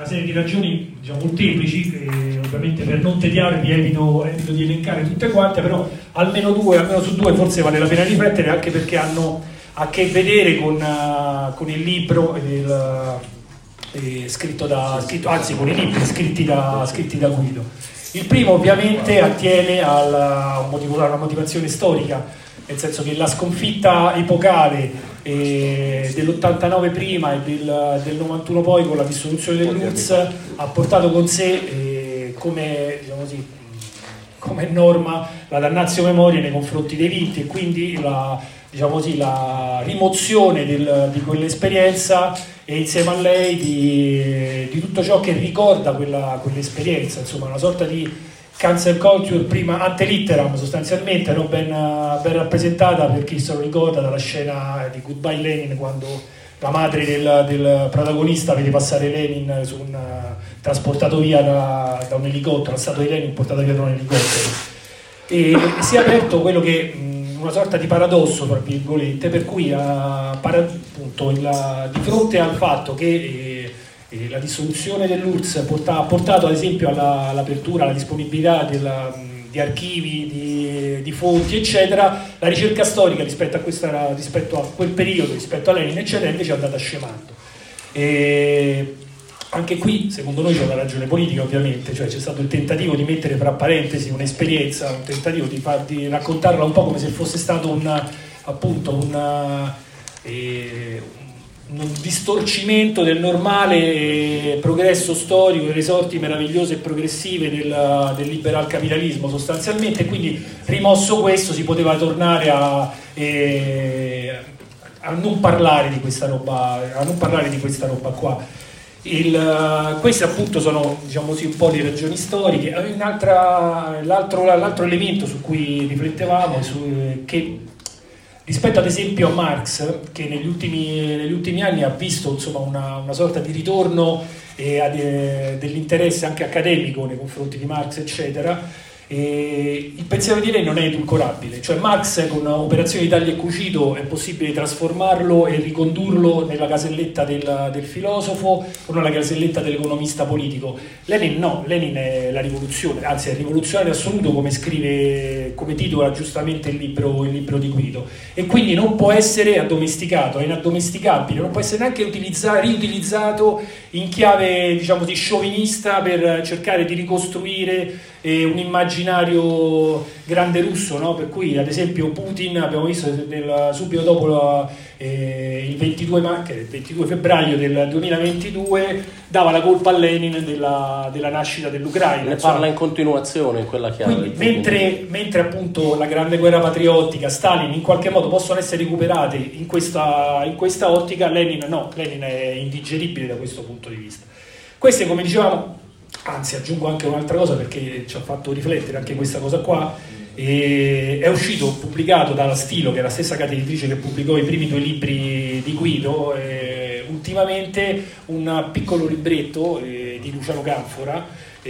una serie di ragioni, diciamo, molteplici, che ovviamente per non tediarvi evito di elencare tutte quante, però almeno su due forse vale la pena riflettere, anche perché hanno a che vedere con il libro con i libri scritti da Guido. Il primo ovviamente attiene a una motivazione storica, nel senso che la sconfitta epocale dell'89 prima e del 91 poi, con la dissoluzione dell'URSS, ha portato con sé come norma la damnatio memoriae nei confronti dei vinti, e quindi la rimozione di quell'esperienza, e insieme a lei di tutto ciò che ricorda quell'esperienza, insomma una sorta di cancel culture prima ante litteram, sostanzialmente, no? ben rappresentata, per chi se lo ricorda, dalla scena di Goodbye Lenin, quando la madre del protagonista vede passare Lenin trasportato via da un elicottero, la statua di Lenin portata via da un elicottero, e si è aperto quello che una sorta di paradosso, tra virgolette, per cui appunto di fronte al fatto che la dissoluzione dell'URSS ha portato ad esempio all'apertura, alla disponibilità di archivi, di fonti, eccetera, la ricerca storica rispetto a quel periodo, rispetto a Lenin, eccetera, invece è andata scemando. E anche qui, secondo noi, c'è una ragione politica, ovviamente, cioè c'è stato il tentativo di mettere fra parentesi un'esperienza, un tentativo di raccontarla un po' come se fosse stato un distorcimento del normale progresso storico, delle sorti meravigliose e progressive del liberal capitalismo, sostanzialmente. Quindi, rimosso questo, si poteva tornare a non parlare di questa roba, qua. Queste appunto sono, diciamo così, un po' le ragioni storiche. L'altro elemento su cui riflettevamo è che rispetto ad esempio a Marx, che negli ultimi anni ha visto, insomma, una sorta di ritorno dell'interesse anche accademico nei confronti di Marx, eccetera, il pensiero di lei non è edulcorabile, cioè Marx con operazioni di taglio e cucito è possibile trasformarlo e ricondurlo nella caselletta del filosofo o nella caselletta dell'economista politico. Lenin no, Lenin è la rivoluzione, anzi è rivoluzionario assoluto, come titola giustamente il libro di Guido, e quindi non può essere addomesticato, è inaddomesticabile, non può essere neanche riutilizzato in chiave, diciamo, di sciovinista per cercare di ricostruire un immaginario grande russo, no? Per cui ad esempio Putin, abbiamo visto subito dopo il 22 febbraio del 2022 dava la colpa a Lenin della nascita dell'Ucraina. Ne parla in continuazione in quella chiave. Quindi, mentre appunto la grande guerra patriottica, Stalin in qualche modo possono essere recuperate in questa ottica, Lenin no, Lenin è indigeribile da questo punto di vista. Queste, come dicevamo, anzi aggiungo anche un'altra cosa, perché ci ha fatto riflettere anche questa cosa qua, è uscito, pubblicato dalla Stilo, che è la stessa casa editrice che pubblicò i primi 2 libri di Guido, ultimamente un piccolo libretto di Luciano Canfora,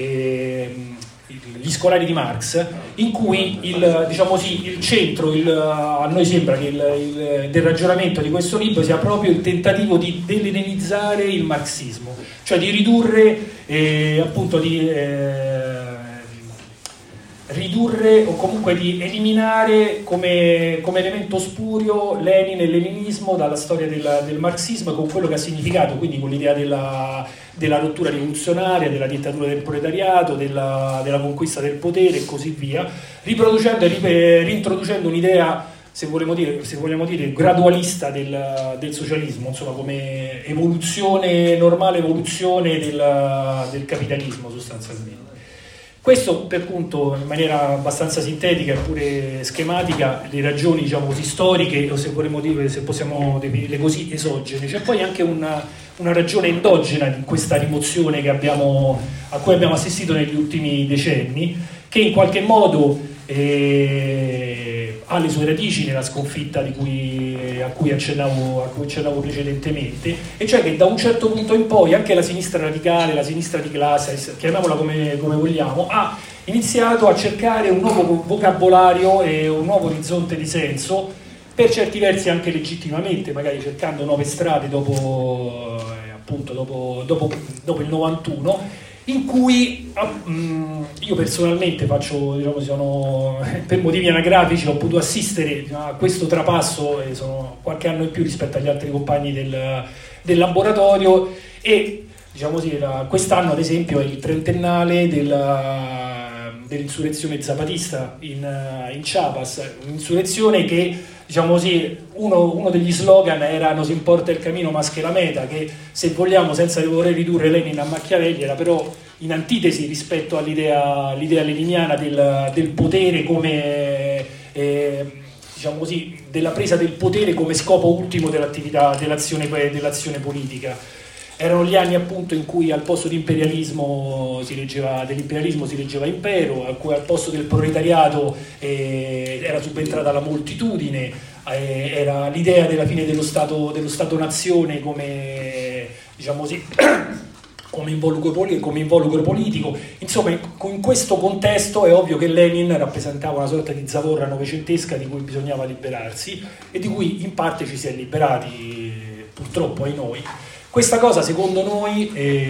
Gli scolari di Marx, in cui il centro, a noi sembra che del ragionamento di questo libro sia proprio il tentativo di deleninizzare il marxismo, cioè di ridurre o comunque di eliminare come elemento spurio Lenin e il leninismo dalla storia del marxismo, e con quello che ha significato, quindi con l'idea della rottura rivoluzionaria, della dittatura del proletariato, della conquista del potere e così via, riproducendo e reintroducendo un'idea, se vogliamo dire gradualista del socialismo, insomma, come normale evoluzione del capitalismo, sostanzialmente. Questo per punto, in maniera abbastanza sintetica eppure schematica, le ragioni, diciamo così, storiche, o se possiamo definirle così, esogene. C'è poi anche una ragione endogena di questa rimozione a cui abbiamo assistito negli ultimi decenni, che in qualche modo ha le sue radici nella sconfitta a cui accennavo precedentemente, e cioè che da un certo punto in poi anche la sinistra radicale, la sinistra di classe, chiamiamola come vogliamo, ha iniziato a cercare un nuovo vocabolario e un nuovo orizzonte di senso, per certi versi anche legittimamente, magari cercando nuove strade dopo appunto dopo il 91, in cui io personalmente faccio, diciamo, per motivi anagrafici ho potuto assistere a questo trapasso, e sono qualche anno in più rispetto agli altri compagni del laboratorio, e diciamo così, quest'anno ad esempio è il trentennale dell'insurrezione zapatista in Chiapas, un'insurrezione che, diciamo così, uno degli slogan era "non si importa il cammino ma che la meta", che, se vogliamo, senza voler ridurre Lenin a Machiavelli, era però in antitesi rispetto all'idea leniniana del potere come diciamo così, della presa del potere come scopo ultimo dell'azione politica. Erano gli anni appunto in cui al posto dell'imperialismo si leggeva impero, al posto del proletariato era subentrata la moltitudine, era l'idea della fine dello Stato-nazione come, diciamo così, come involucro politico. Insomma, in questo contesto è ovvio che Lenin rappresentava una sorta di zavorra novecentesca di cui bisognava liberarsi, e di cui in parte ci si è liberati, purtroppo, ai noi. Questa cosa, secondo noi,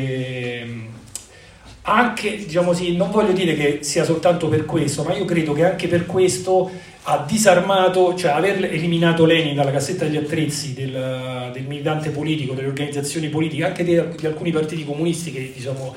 anche, diciamo così, non voglio dire che sia soltanto per questo, ma io credo che anche per questo ha disarmato, cioè aver eliminato Lenin dalla cassetta degli attrezzi del militante politico, delle organizzazioni politiche, anche di alcuni partiti comunisti che, diciamo,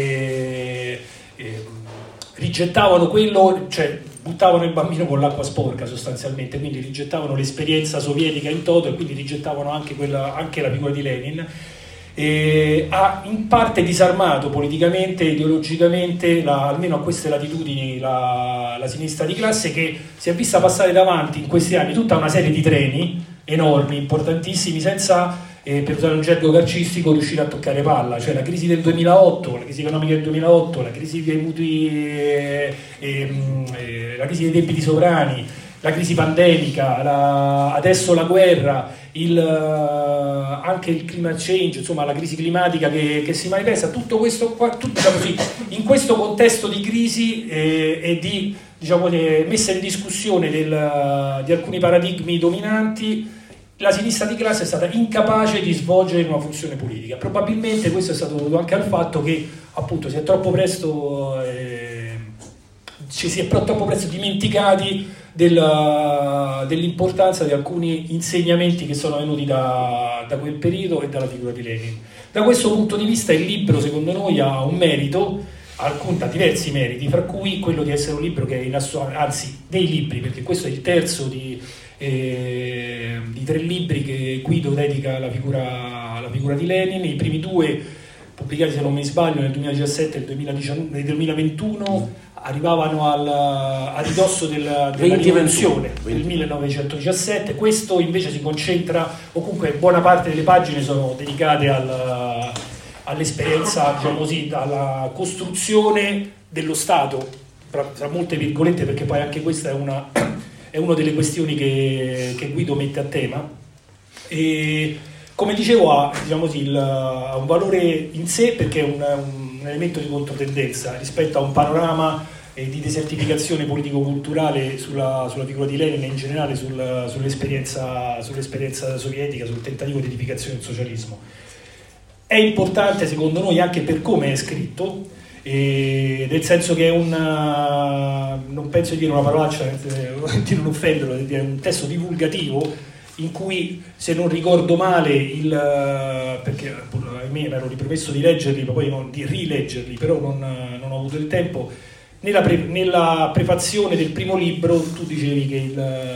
rigettavano quello, cioè buttavano il bambino con l'acqua sporca sostanzialmente, quindi rigettavano l'esperienza sovietica in toto, e quindi rigettavano anche la figura di Lenin. Ha in parte disarmato politicamente, ideologicamente, almeno a queste latitudini, la sinistra di classe, che si è vista passare davanti in questi anni tutta una serie di treni enormi, importantissimi, senza, per usare un gergo calcistico, riuscire a toccare palla. Cioè la crisi del 2008, la crisi economica del 2008, la crisi dei mutui, la crisi dei debiti sovrani, la crisi pandemica, adesso la guerra, anche il climate change, insomma la crisi climatica che si manifesta, tutto questo qua, diciamo così, in questo contesto di crisi e di, diciamo, messa in discussione di alcuni paradigmi dominanti, la sinistra di classe è stata incapace di svolgere una funzione politica. Probabilmente questo è stato dovuto anche al fatto che, appunto, ci si è troppo presto dimenticati dell'importanza di alcuni insegnamenti che sono venuti da quel periodo e dalla figura di Lenin. Da questo punto di vista il libro, secondo noi, ha un merito, ha diversi meriti, fra cui quello di essere un libro che è anzi dei libri, perché questo è il terzo di 3 libri che Guido dedica alla figura di Lenin. I primi 2, pubblicati, se non mi sbaglio, nel 2017 e nel 2021, arrivavano a ridosso della rivoluzione del 1917. Questo invece si concentra, o comunque buona parte delle pagine sono dedicate all'esperienza, diciamo così, alla costruzione dello Stato, tra molte virgolette, perché poi anche questa è una delle questioni che Guido mette a tema. E, come dicevo, ha un valore in sé, perché è un elemento di controtendenza rispetto a un panorama di desertificazione politico-culturale sulla figura di Lenin e in generale sull'esperienza sovietica, sul tentativo di edificazione del socialismo. È importante, secondo noi, anche per come è scritto, nel senso che è non penso di dire una parolaccia, di non offenderlo, di dire un testo divulgativo, in cui, se non ricordo male, perché ahimè mi ero ripromesso di leggerli, ma poi di rileggerli, però non ho avuto il tempo. Nella prefazione del primo libro tu dicevi che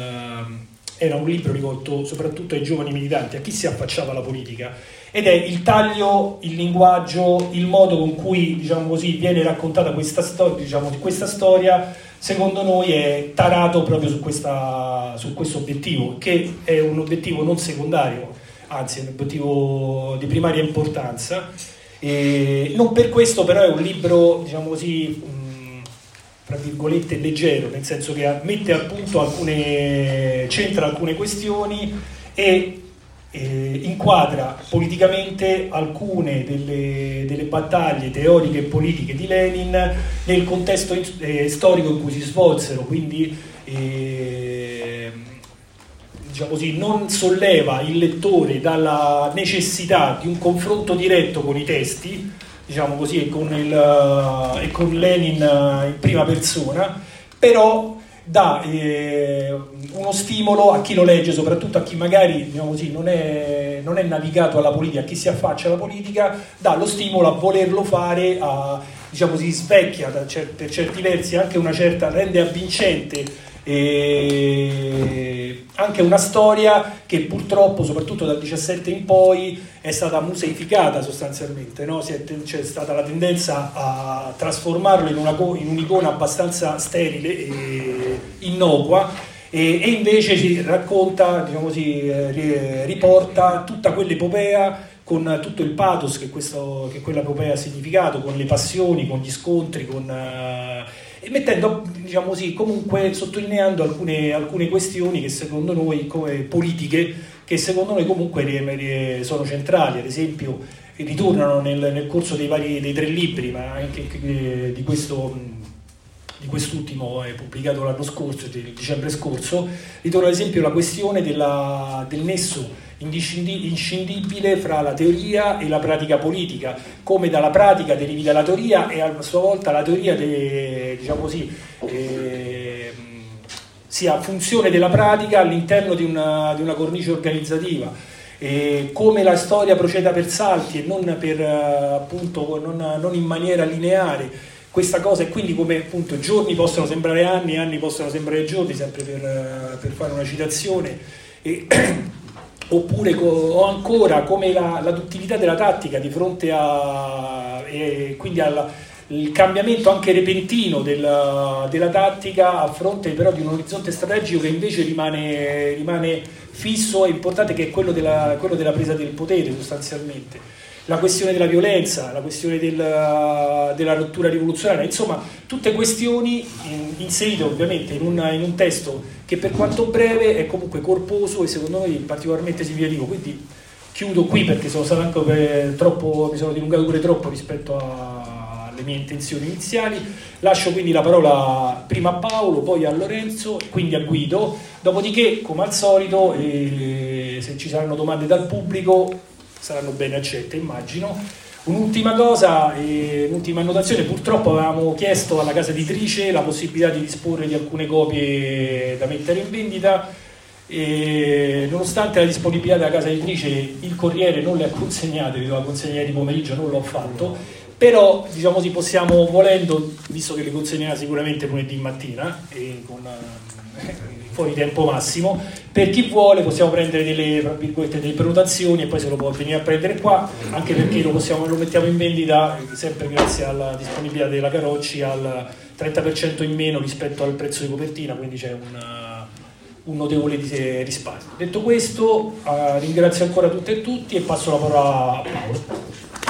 era un libro rivolto soprattutto ai giovani militanti, a chi si affacciava alla politica, ed è il taglio, il linguaggio, il modo con cui, diciamo così, viene raccontata questa storia, secondo noi è tarato proprio su questo obiettivo, che è un obiettivo non secondario, anzi è un obiettivo di primaria importanza. E non per questo però è un libro, diciamo così, tra virgolette leggero, nel senso che mette a punto centra alcune questioni e inquadra politicamente alcune delle battaglie teoriche e politiche di Lenin nel contesto storico in cui si svolsero, quindi diciamo così, non solleva il lettore dalla necessità di un confronto diretto con i testi, diciamo così, e con Lenin in prima persona, però dà uno stimolo a chi lo legge, soprattutto a chi magari, diciamo così, non è navigato alla politica, a chi si affaccia alla politica, dà lo stimolo a volerlo fare, diciamo così, svecchia per certi versi anche una certa, rende avvincente anche una storia che purtroppo, soprattutto dal 17 in poi, è stata museificata sostanzialmente, no? C'è stata la tendenza a trasformarlo in un'icona abbastanza sterile e innocua, e invece ci racconta, diciamo così, riporta tutta quell'epopea con tutto il pathos che quell'epopea ha significato, con le passioni, con gli scontri, e mettendo, diciamo così, comunque sottolineando alcune questioni che secondo noi, politiche, che secondo noi comunque sono centrali. Ad esempio ritornano nel corso dei 3 libri, ma anche di quest'ultimo pubblicato l'anno scorso, del dicembre scorso, ritorna ad esempio la questione del nesso inscindibile fra la teoria e la pratica politica, come dalla pratica derivi dalla teoria e a sua volta la teoria diciamo così, sia funzione della pratica all'interno di una cornice organizzativa, come la storia proceda per salti e non per appunto non in maniera lineare. Questa cosa, e quindi come appunto giorni possono sembrare anni, anni possono sembrare giorni, sempre per fare una citazione, oppure o ancora come la duttilità della tattica di fronte quindi il cambiamento anche repentino della tattica a fronte però di un orizzonte strategico che invece rimane fisso e importante, che è quello della presa del potere sostanzialmente. La questione della violenza, la questione della rottura rivoluzionaria, insomma tutte questioni inserite ovviamente in un testo che per quanto breve è comunque corposo e secondo noi particolarmente significativo. Quindi chiudo qui perché sono stato anche mi sono dilungato pure troppo rispetto alle mie intenzioni iniziali. Lascio quindi la parola prima a Paolo, poi a Lorenzo, quindi a Guido, dopodiché come al solito se ci saranno domande dal pubblico saranno bene accette, immagino. Un'ultima cosa, un'ultima annotazione: purtroppo avevamo chiesto alla casa editrice la possibilità di disporre di alcune copie da mettere in vendita, e nonostante la disponibilità della casa editrice il Corriere non le ha consegnate, le doveva consegnare ieri pomeriggio, non l'ho fatto, però diciamo così possiamo, volendo, visto che le consegnerà sicuramente lunedì mattina e con fuori tempo massimo, per chi vuole possiamo prendere delle prenotazioni e poi se lo può venire a prendere qua, anche perché lo mettiamo in vendita sempre grazie alla disponibilità della Carocci al 30% in meno rispetto al prezzo di copertina, quindi c'è un notevole risparmio. Detto questo, ringrazio ancora tutte e tutti e passo la parola a Paolo.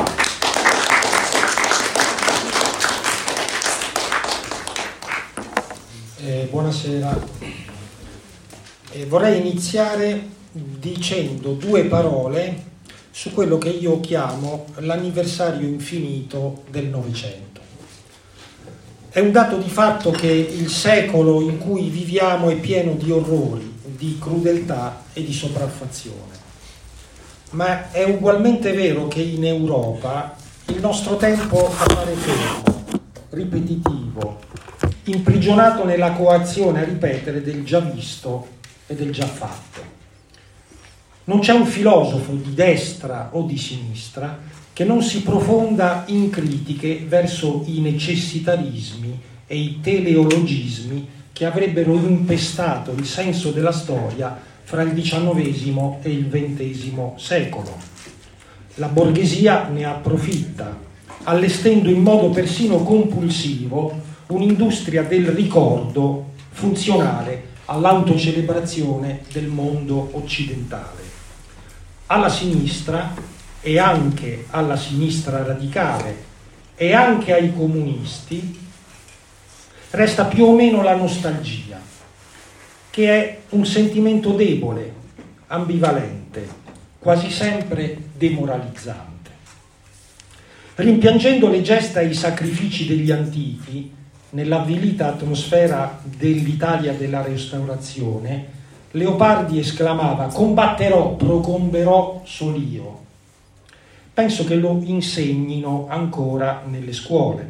Buonasera. Vorrei iniziare dicendo 2 parole su quello che io chiamo l'anniversario infinito del Novecento. È un dato di fatto che il secolo in cui viviamo è pieno di orrori, di crudeltà e di sopraffazione. Ma è ugualmente vero che in Europa il nostro tempo appare fermo, ripetitivo, imprigionato nella coazione a ripetere del già visto e del già fatto. Non c'è un filosofo di destra o di sinistra che non si profonda in critiche verso i necessitarismi e i teleologismi che avrebbero impestato il senso della storia fra il XIX e il XX secolo. La borghesia ne approfitta, allestendo in modo persino compulsivo un'industria del ricordo funzionale all'autocelebrazione del mondo occidentale. Alla sinistra, e anche alla sinistra radicale, e anche ai comunisti, resta più o meno la nostalgia, che è un sentimento debole, ambivalente, quasi sempre demoralizzante. Rimpiangendo le gesta e i sacrifici degli antichi, nell'avvilita atmosfera dell'Italia della Restaurazione, Leopardi esclamava: combatterò, procomberò sol'io. Penso che lo insegnino ancora nelle scuole,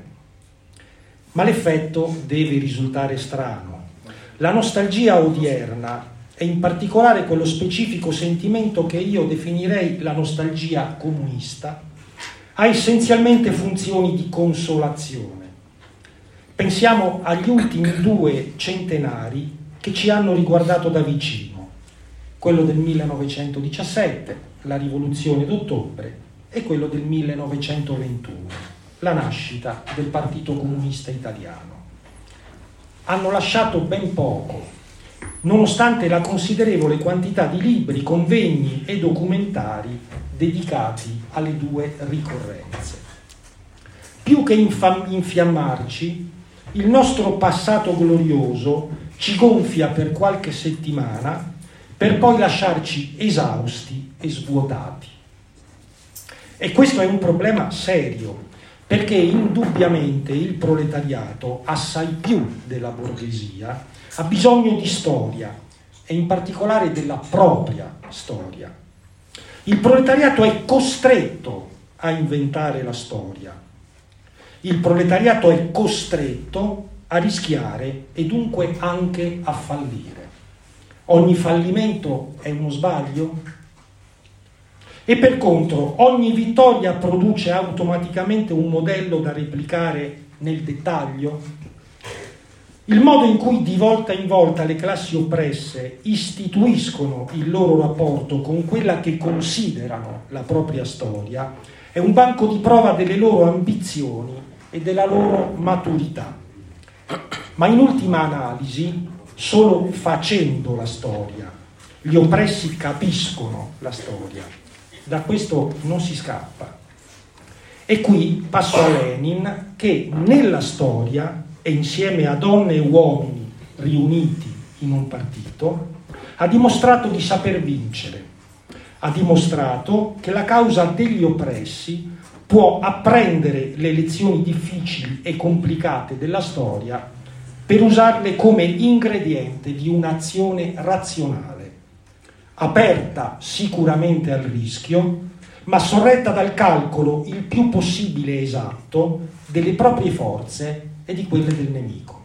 ma l'effetto deve risultare strano. La nostalgia odierna, e in particolare quello specifico sentimento che io definirei la nostalgia comunista, ha essenzialmente funzioni di consolazione. Pensiamo agli ultimi 2 centenari che ci hanno riguardato da vicino, quello del 1917, la rivoluzione d'ottobre, e quello del 1921, la nascita del Partito Comunista Italiano. Hanno lasciato ben poco, nonostante la considerevole quantità di libri, convegni e documentari dedicati alle 2 ricorrenze. Più che infiammarci, il nostro passato glorioso ci gonfia per qualche settimana per poi lasciarci esausti e svuotati. E questo è un problema serio, perché indubbiamente il proletariato, assai più della borghesia, ha bisogno di storia, e in particolare della propria storia. Il proletariato è costretto a inventare la storia. Il proletariato è costretto a rischiare e dunque anche a fallire. Ogni fallimento è uno sbaglio? E per contro, ogni vittoria produce automaticamente un modello da replicare nel dettaglio? Il modo in cui di volta in volta le classi oppresse istituiscono il loro rapporto con quella che considerano la propria storia è un banco di prova delle loro ambizioni e della loro maturità. Ma in ultima analisi, solo facendo la storia, gli oppressi capiscono la storia. Da questo non si scappa. E qui passo a Lenin, che nella storia, e insieme a donne e uomini riuniti in un partito, ha dimostrato di saper vincere. Ha dimostrato che la causa degli oppressi può apprendere le lezioni difficili e complicate della storia per usarle come ingrediente di un'azione razionale, aperta sicuramente al rischio, ma sorretta dal calcolo il più possibile esatto delle proprie forze e di quelle del nemico.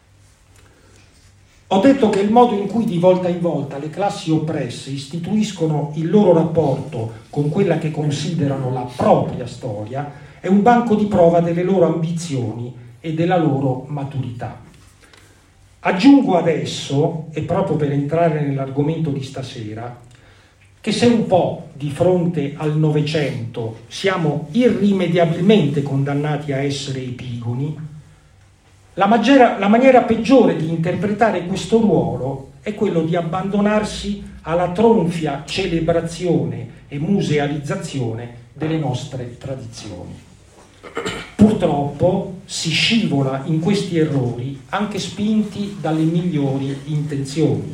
Ho detto che il modo in cui di volta in volta le classi oppresse istituiscono il loro rapporto con quella che considerano la propria storia è un banco di prova delle loro ambizioni e della loro maturità. Aggiungo adesso, e proprio per entrare nell'argomento di stasera, che se un po' di fronte al Novecento siamo irrimediabilmente condannati a essere epigoni, la maniera peggiore di interpretare questo ruolo è quello di abbandonarsi alla tronfia celebrazione e musealizzazione delle nostre tradizioni. Purtroppo si scivola in questi errori anche spinti dalle migliori intenzioni.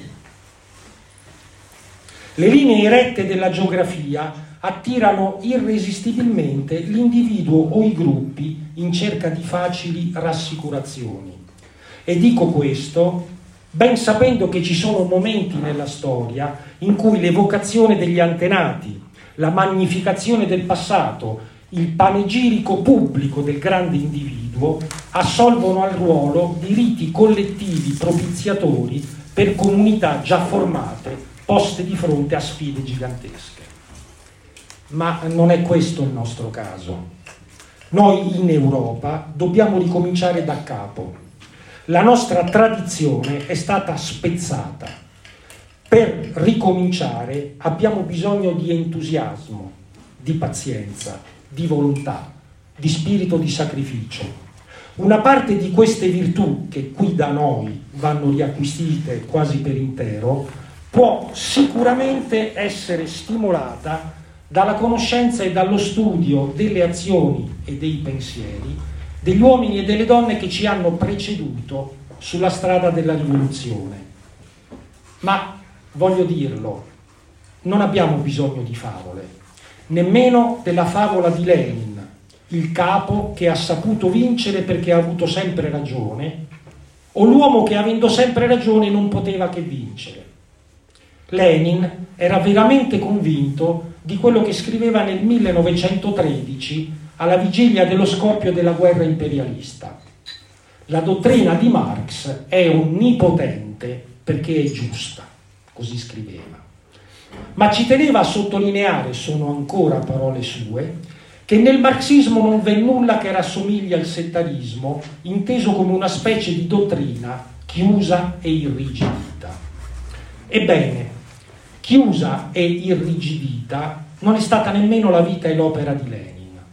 Le linee rette della geografia attirano irresistibilmente l'individuo o i gruppi in cerca di facili rassicurazioni. E dico questo ben sapendo che ci sono momenti nella storia in cui l'evocazione degli antenati, la magnificazione del passato, il panegirico pubblico del grande individuo assolvono al ruolo di riti collettivi propiziatori per comunità già formate, poste di fronte a sfide gigantesche. Ma non è questo il nostro caso. Noi in Europa dobbiamo ricominciare da capo. La nostra tradizione è stata spezzata. Per ricominciare abbiamo bisogno di entusiasmo, di pazienza, di volontà, di spirito di sacrificio. Una parte di queste virtù che qui da noi vanno riacquisite quasi per intero può sicuramente essere stimolata dalla conoscenza e dallo studio delle azioni e dei pensieri degli uomini e delle donne che ci hanno preceduto sulla strada della rivoluzione. Ma, voglio dirlo, non abbiamo bisogno di favole, nemmeno della favola di Lenin, il capo che ha saputo vincere perché ha avuto sempre ragione, o l'uomo che avendo sempre ragione non poteva che vincere. Lenin era veramente convinto di quello che scriveva nel 1913 alla vigilia dello scoppio della guerra imperialista. La dottrina di Marx è onnipotente perché è giusta, così scriveva. Ma ci teneva a sottolineare, sono ancora parole sue, che nel marxismo non v'è nulla che rassomiglia al settarismo, inteso come una specie di dottrina chiusa e irrigidita. Ebbene, chiusa e irrigidita non è stata nemmeno la vita e l'opera di Lenin.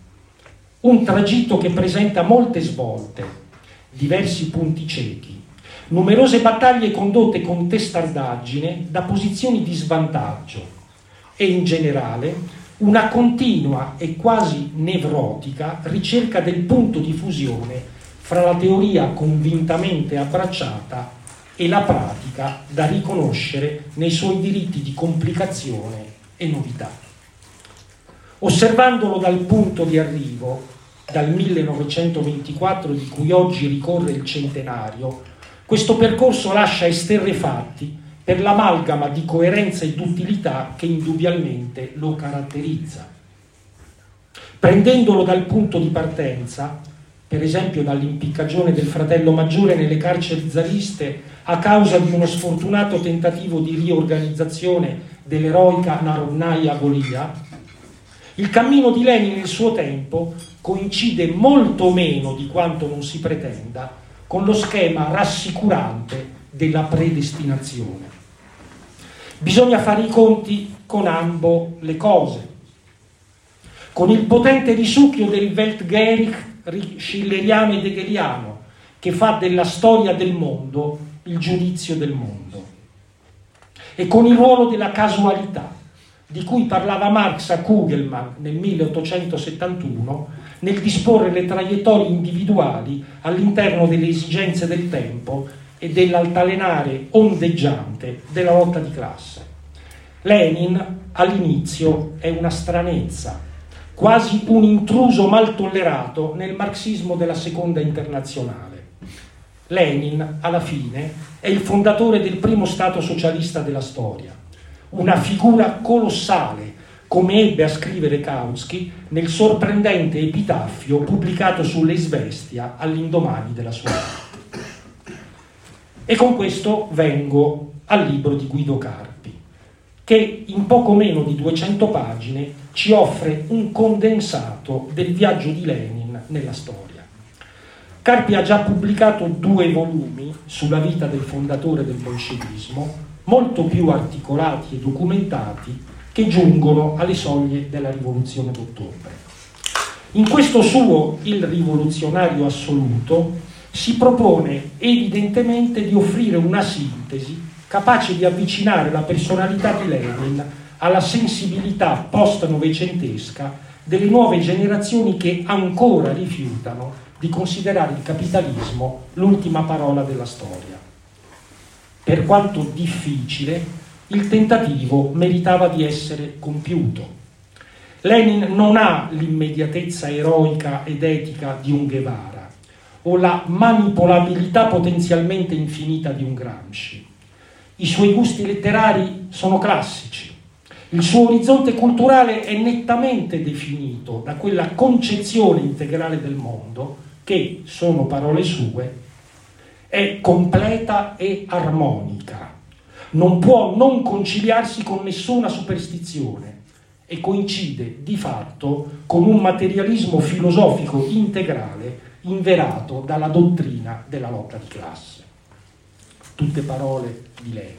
Un tragitto che presenta molte svolte, diversi punti ciechi, numerose battaglie condotte con testardaggine da posizioni di svantaggio e in generale una continua e quasi nevrotica ricerca del punto di fusione fra la teoria convintamente abbracciata e la pratica da riconoscere nei suoi diritti di complicazione e novità. Osservandolo dal punto di arrivo, dal 1924 di cui oggi ricorre il centenario, questo percorso lascia esterrefatti per l'amalgama di coerenza e d'utilità che indubbiamente lo caratterizza. Prendendolo dal punto di partenza, per esempio dall'impiccagione del fratello maggiore nelle carceri zariste a causa di uno sfortunato tentativo di riorganizzazione dell'eroica Narodnaya Volia, il cammino di Lenin nel suo tempo coincide molto meno di quanto non si pretenda con lo schema rassicurante della predestinazione. Bisogna fare i conti con ambo le cose, con il potente risucchio del Weltgärich schilleriano ed hegeliano che fa della storia del mondo il giudizio del mondo, e con il ruolo della casualità di cui parlava Marx a Kugelmann nel 1871 nel disporre le traiettorie individuali all'interno delle esigenze del tempo e dell'altalenare ondeggiante della lotta di classe. Lenin all'inizio è una stranezza, quasi un intruso mal tollerato nel marxismo della seconda internazionale. Lenin alla fine è il fondatore del primo Stato socialista della storia, una figura colossale, come ebbe a scrivere Kautsky nel sorprendente epitaffio pubblicato sulle Svestia all'indomani della sua morte. E con questo vengo al libro di Guido Carpi, che in poco meno di 200 pagine ci offre un condensato del viaggio di Lenin nella storia. Carpi ha già pubblicato 2 volumi sulla vita del fondatore del bolscevismo, molto più articolati e documentati, che giungono alle soglie della rivoluzione d'ottobre. In questo suo Il rivoluzionario assoluto si propone evidentemente di offrire una sintesi capace di avvicinare la personalità di Lenin alla sensibilità post-novecentesca delle nuove generazioni che ancora rifiutano di considerare il capitalismo l'ultima parola della storia. Per quanto difficile, il tentativo meritava di essere compiuto. Lenin non ha l'immediatezza eroica ed etica di un Guevara o la manipolabilità potenzialmente infinita di un Gramsci. I suoi gusti letterari sono classici. Il suo orizzonte culturale è nettamente definito da quella concezione integrale del mondo che, sono parole sue, è completa e armonica. Non può non conciliarsi con nessuna superstizione e coincide di fatto con un materialismo filosofico integrale inverato dalla dottrina della lotta di classe. Tutte parole di Lenin.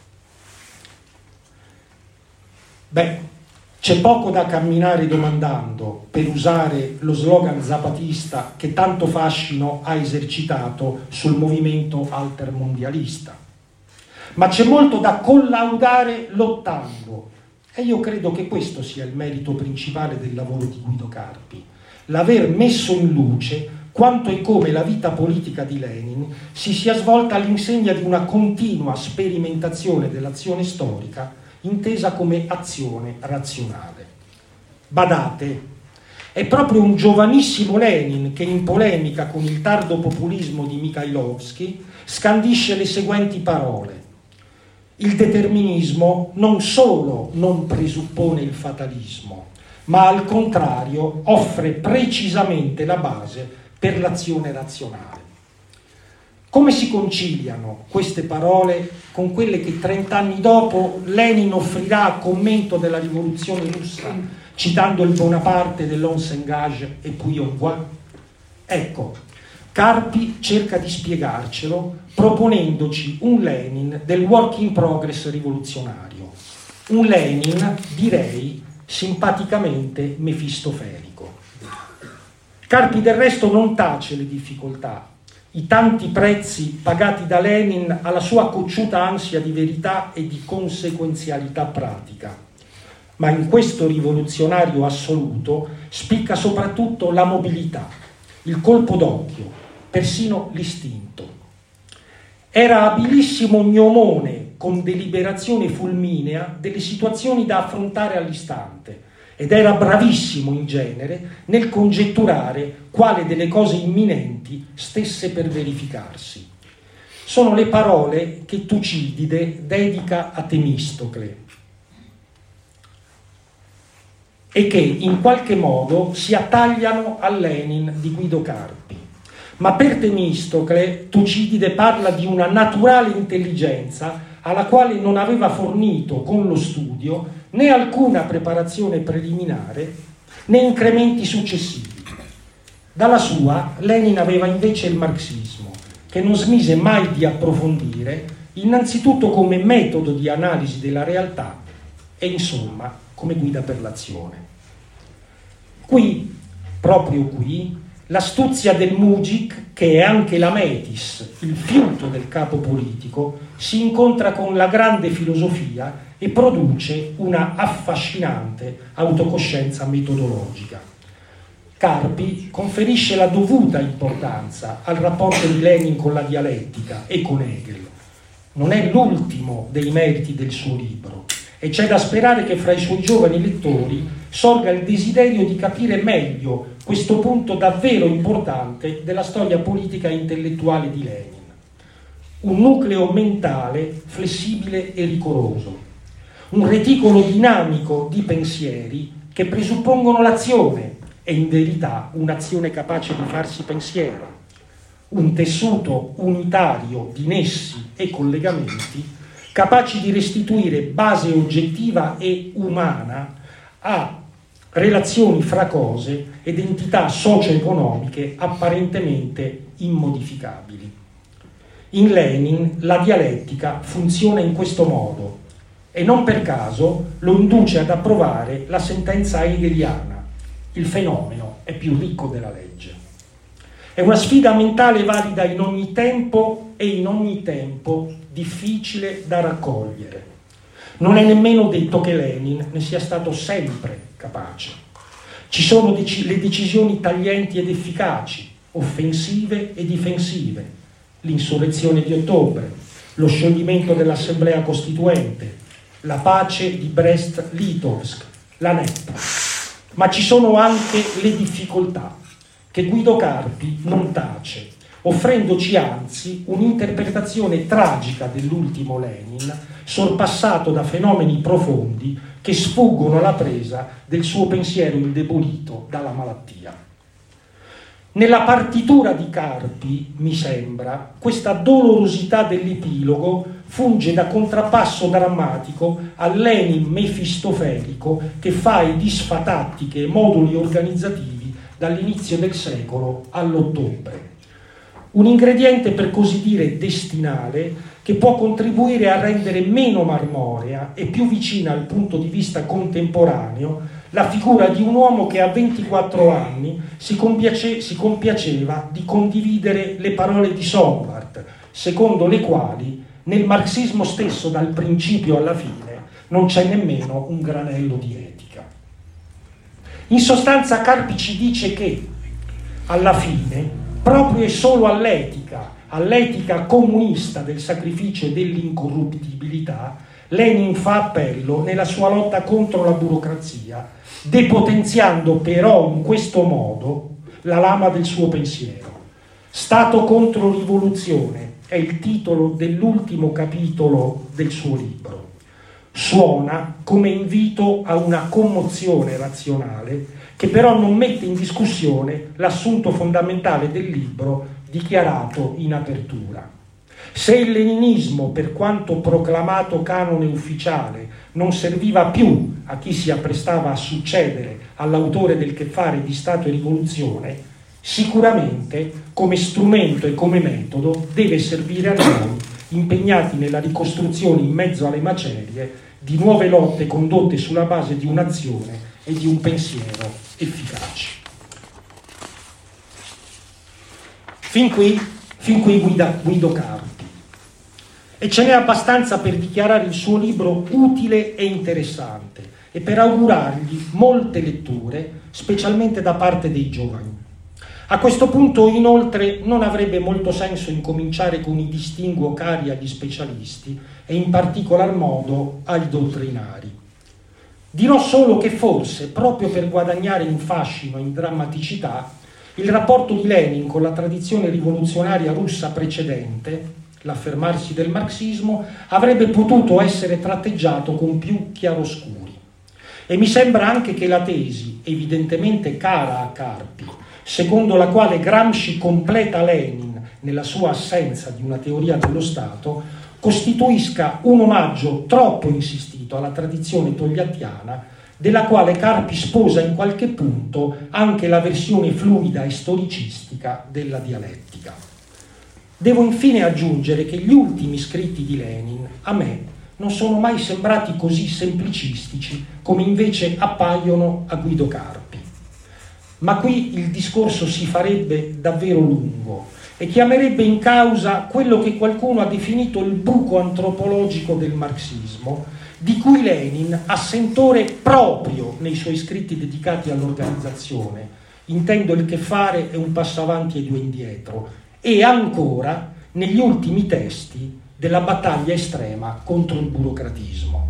C'è poco da camminare domandando, per usare lo slogan zapatista che tanto fascino ha esercitato sul movimento altermondialista. Ma c'è molto da collaudare lottando, e io credo che questo sia il merito principale del lavoro di Guido Carpi, l'aver messo in luce quanto e come la vita politica di Lenin si sia svolta all'insegna di una continua sperimentazione dell'azione storica intesa come azione razionale. Badate, è proprio un giovanissimo Lenin che in polemica con il tardo populismo di Mikhailovsky scandisce le seguenti parole: Il determinismo non solo non presuppone il fatalismo, ma al contrario offre precisamente la base per l'azione razionale. Come si conciliano queste parole con quelle che 30 anni dopo Lenin offrirà a commento della rivoluzione russa, citando il Bonaparte dell'Onsengage e puis on voit? Ecco, Carpi cerca di spiegarcelo proponendoci un Lenin del work in progress rivoluzionario, un Lenin, direi, simpaticamente mefistofelico. Carpi del resto non tace le difficoltà, i tanti prezzi pagati da Lenin alla sua cocciuta ansia di verità e di conseguenzialità pratica. Ma in questo rivoluzionario assoluto spicca soprattutto la mobilità, il colpo d'occhio, persino l'istinto. Era abilissimo gnomone con deliberazione fulminea delle situazioni da affrontare all'istante ed era bravissimo in genere nel congetturare quale delle cose imminenti stesse per verificarsi. Sono le parole che Tucidide dedica a Temistocle e che in qualche modo si attagliano al Lenin di Guido Carpi. Ma per Temistocle Tucidide parla di una naturale intelligenza alla quale non aveva fornito con lo studio né alcuna preparazione preliminare né incrementi successivi. Dalla sua Lenin aveva invece il marxismo, che non smise mai di approfondire, innanzitutto come metodo di analisi della realtà e insomma come guida per l'azione. Qui, proprio qui, l'astuzia del Mujik, che è anche la metis, il fiuto del capo politico, si incontra con la grande filosofia e produce una affascinante autocoscienza metodologica. Carpi conferisce la dovuta importanza al rapporto di Lenin con la dialettica e con Hegel. Non è l'ultimo dei meriti del suo libro e c'è da sperare che fra i suoi giovani lettori sorga il desiderio di capire meglio questo punto davvero importante della storia politica e intellettuale di Lenin. Un nucleo mentale flessibile e rigoroso, un reticolo dinamico di pensieri che presuppongono l'azione e in verità un'azione capace di farsi pensiero, un tessuto unitario di nessi e collegamenti capaci di restituire base oggettiva e umana a relazioni fra cose ed entità socio-economiche apparentemente immodificabili. In Lenin la dialettica funziona in questo modo e non per caso lo induce ad approvare la sentenza hegeliana: il fenomeno è più ricco della legge. È una sfida mentale valida in ogni tempo e in ogni tempo difficile da raccogliere. Non è nemmeno detto che Lenin ne sia stato sempre capace. Ci sono le decisioni taglienti ed efficaci, offensive e difensive, l'insurrezione di ottobre, lo scioglimento dell'Assemblea Costituente, la pace di Brest-Litovsk, la NEP. Ma ci sono anche le difficoltà che Guido Carpi non tace, offrendoci anzi un'interpretazione tragica dell'ultimo Lenin, sorpassato da fenomeni profondi che sfuggono alla presa del suo pensiero indebolito dalla malattia. Nella partitura di Carpi, mi sembra, questa dolorosità dell'epilogo funge da contrappasso drammatico al Lenin mefistofelico che fa i disfatattiche moduli organizzativi dall'inizio del secolo all'ottobre. Un ingrediente per così dire destinale che può contribuire a rendere meno marmorea e più vicina al punto di vista contemporaneo la figura di un uomo che a 24 anni si compiaceva di condividere le parole di Sombart, secondo le quali nel marxismo stesso dal principio alla fine non c'è nemmeno un granello di etica. In sostanza Carpi ci dice che alla fine proprio e solo all'etica comunista del sacrificio e dell'incorruttibilità, Lenin fa appello nella sua lotta contro la burocrazia, depotenziando però in questo modo la lama del suo pensiero. Stato contro rivoluzione, è il titolo dell'ultimo capitolo del suo libro. Suona come invito a una commozione razionale che però non mette in discussione l'assunto fondamentale del libro dichiarato in apertura. Se il leninismo, per quanto proclamato canone ufficiale, non serviva più a chi si apprestava a succedere all'autore del Che fare di Stato e Rivoluzione, sicuramente come strumento e come metodo deve servire a noi, impegnati nella ricostruzione in mezzo alle macerie di nuove lotte condotte sulla base di un'azione e di un pensiero efficaci. Fin qui Guido Carpi. E ce n'è abbastanza per dichiarare il suo libro utile e interessante e per augurargli molte letture, specialmente da parte dei giovani. A questo punto, inoltre, non avrebbe molto senso incominciare con i distinguo cari agli specialisti e in particolar modo ai dottrinari. Dirò solo che forse, proprio per guadagnare in fascino e in drammaticità, il rapporto di Lenin con la tradizione rivoluzionaria russa precedente, l'affermarsi del marxismo, avrebbe potuto essere tratteggiato con più chiaroscuri. E mi sembra anche che la tesi, evidentemente cara a Carpi, secondo la quale Gramsci completa Lenin nella sua assenza di una teoria dello Stato, costituisca un omaggio troppo insistito alla tradizione togliattiana, della quale Carpi sposa in qualche punto anche la versione fluida e storicistica della dialettica. Devo infine aggiungere che gli ultimi scritti di Lenin, a me, non sono mai sembrati così semplicistici come invece appaiono a Guido Carpi. Ma qui il discorso si farebbe davvero lungo e chiamerebbe in causa quello che qualcuno ha definito il buco antropologico del marxismo, di cui Lenin ha sentore proprio nei suoi scritti dedicati all'organizzazione, intendo il Che fare e un passo avanti e due indietro, e ancora negli ultimi testi della battaglia estrema contro il burocratismo.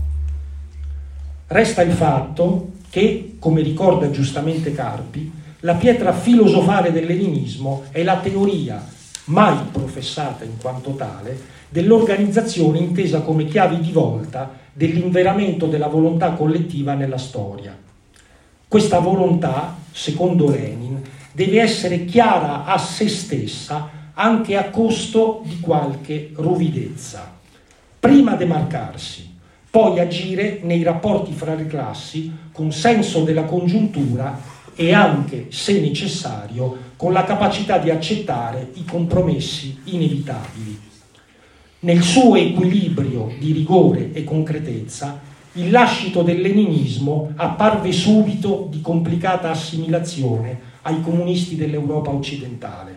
Resta il fatto che, come ricorda giustamente Carpi, la pietra filosofale del leninismo è la teoria, mai professata in quanto tale, dell'organizzazione intesa come chiave di volta dell'inveramento della volontà collettiva nella storia. Questa volontà, secondo Lenin, deve essere chiara a se stessa anche a costo di qualche ruvidezza. Prima demarcarsi, poi agire nei rapporti fra le classi con senso della congiuntura e anche, se necessario, con la capacità di accettare i compromessi inevitabili. Nel suo equilibrio di rigore e concretezza, il lascito del leninismo apparve subito di complicata assimilazione ai comunisti dell'Europa occidentale.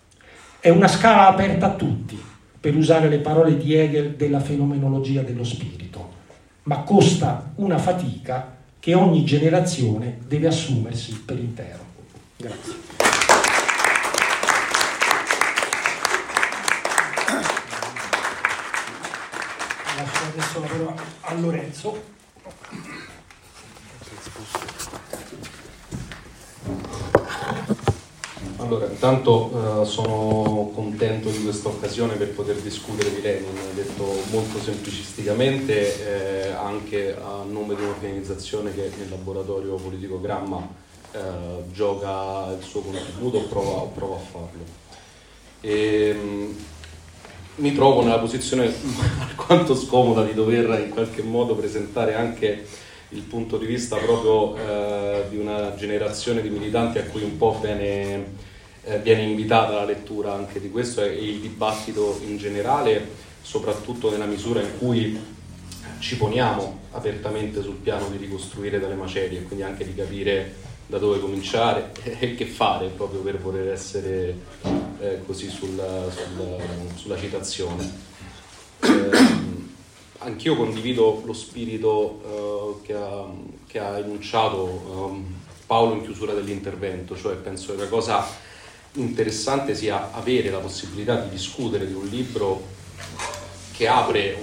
È una scala aperta a tutti, per usare le parole di Hegel della fenomenologia dello spirito, ma costa una fatica che ogni generazione deve assumersi per intero. Grazie. Lascio adesso la parola a Lorenzo. Allora, intanto sono contento di questa occasione per poter discutere di Lenin, detto molto semplicisticamente, anche a nome di un'organizzazione che nel laboratorio Politico Gramma gioca il suo contributo o prova a farlo. Mi trovo nella posizione alquanto scomoda di dover in qualche modo presentare anche il punto di vista proprio di una generazione di militanti a cui un po' viene invitata la lettura anche di questo e il dibattito in generale, soprattutto nella misura in cui ci poniamo apertamente sul piano di ricostruire dalle macerie e quindi anche di capire da dove cominciare e che fare, proprio per voler essere così sulla citazione. Anch'io condivido lo spirito che ha enunciato Paolo in chiusura dell'intervento, cioè penso che la cosa interessante sia avere la possibilità di discutere di un libro che apre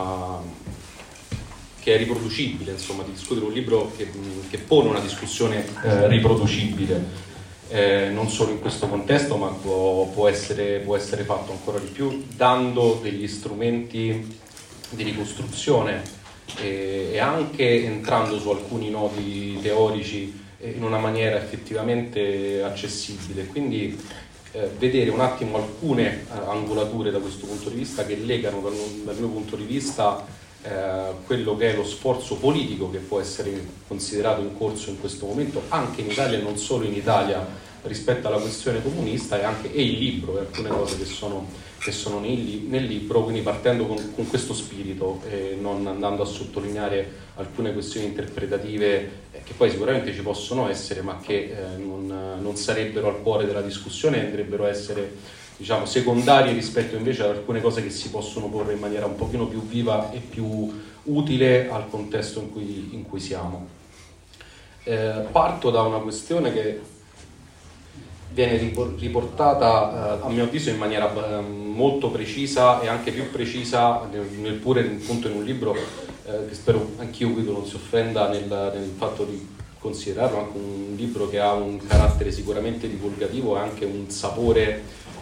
che è riproducibile, insomma, di discutere un libro che pone una discussione riproducibile. non solo in questo contesto, ma può essere fatto ancora di più, dando degli strumenti di ricostruzione e anche entrando su alcuni nodi teorici in una maniera effettivamente accessibile. Quindi vedere un attimo alcune angolature da questo punto di vista che legano dal mio punto di vista quello che è lo sforzo politico che può essere considerato in corso in questo momento anche in Italia e non solo in Italia rispetto alla questione comunista, e il libro, alcune cose che sono nel libro, quindi partendo con questo spirito e non andando a sottolineare alcune questioni interpretative che poi sicuramente ci possono essere, ma che non sarebbero al cuore della discussione e andrebbero a essere, diciamo, secondarie rispetto invece ad alcune cose che si possono porre in maniera un pochino più viva e più utile al contesto in cui siamo. Parto da una questione che viene riportata a mio avviso in maniera molto precisa e anche più precisa pure appunto in un libro che spero anch'io Guido non si offenda nel fatto di considerarlo anche un libro che ha un carattere sicuramente divulgativo e anche un sapore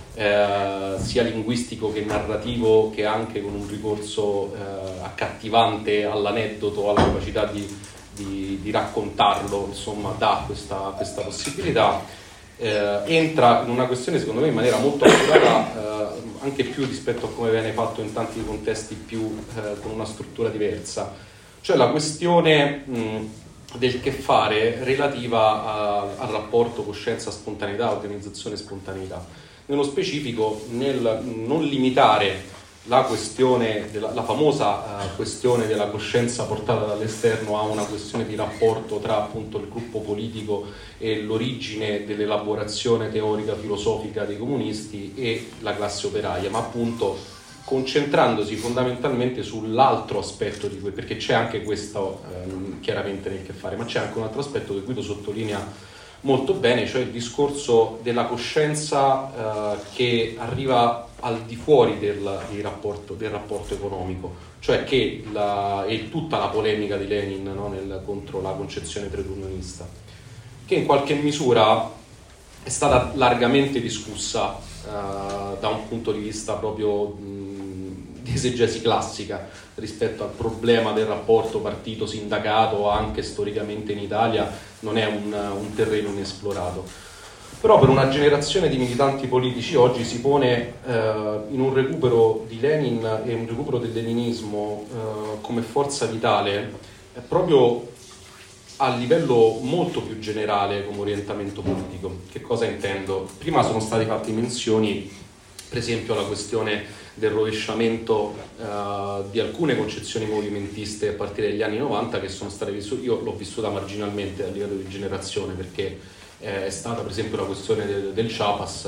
sia linguistico che narrativo, che anche con un ricorso accattivante all'aneddoto, alla capacità di raccontarlo, insomma, dà questa possibilità. Entra in una questione secondo me in maniera molto accurata, anche più rispetto a come viene fatto in tanti contesti più con una struttura diversa, cioè la questione del che fare relativa al rapporto coscienza-spontaneità, organizzazione-spontaneità. Nello specifico nel non limitare la questione la famosa questione della coscienza portata dall'esterno a una questione di rapporto tra appunto il gruppo politico e l'origine dell'elaborazione teorica filosofica dei comunisti e la classe operaia, ma appunto concentrandosi fondamentalmente sull'altro aspetto di cui, perché c'è anche questo chiaramente nel che fare, ma c'è anche un altro aspetto che Guido sottolinea molto bene, cioè il discorso della coscienza che arriva al di fuori del rapporto economico, cioè che è tutta la polemica di Lenin, no, contro la concezione trade unionista, che in qualche misura è stata largamente discussa da un punto di vista proprio di esegesi classica rispetto al problema del rapporto partito-sindacato, anche storicamente in Italia non è un terreno inesplorato. Però per una generazione di militanti politici oggi si pone in un recupero di Lenin e un recupero del leninismo come forza vitale proprio a livello molto più generale come orientamento politico. Che cosa intendo? Prima sono state fatte menzioni, per esempio, alla questione del rovesciamento di alcune concezioni movimentiste a partire dagli anni 90 che sono state vissute. Io l'ho vissuta marginalmente a livello di generazione, perché è stata per esempio la questione del Chiapas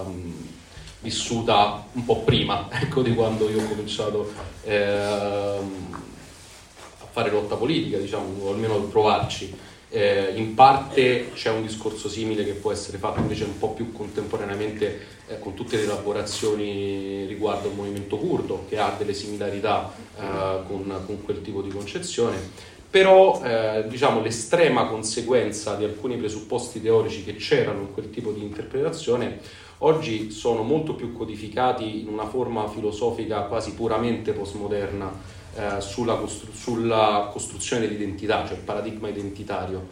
vissuta un po' prima, ecco, di quando io ho cominciato a fare lotta politica, diciamo, o almeno a provarci. In parte c'è un discorso simile che può essere fatto invece un po' più contemporaneamente con tutte le elaborazioni riguardo al movimento curdo, che ha delle similarità con quel tipo di concezione. Però diciamo, l'estrema conseguenza di alcuni presupposti teorici che c'erano in quel tipo di interpretazione oggi sono molto più codificati in una forma filosofica quasi puramente postmoderna sulla costruzione dell'identità, cioè il paradigma identitario,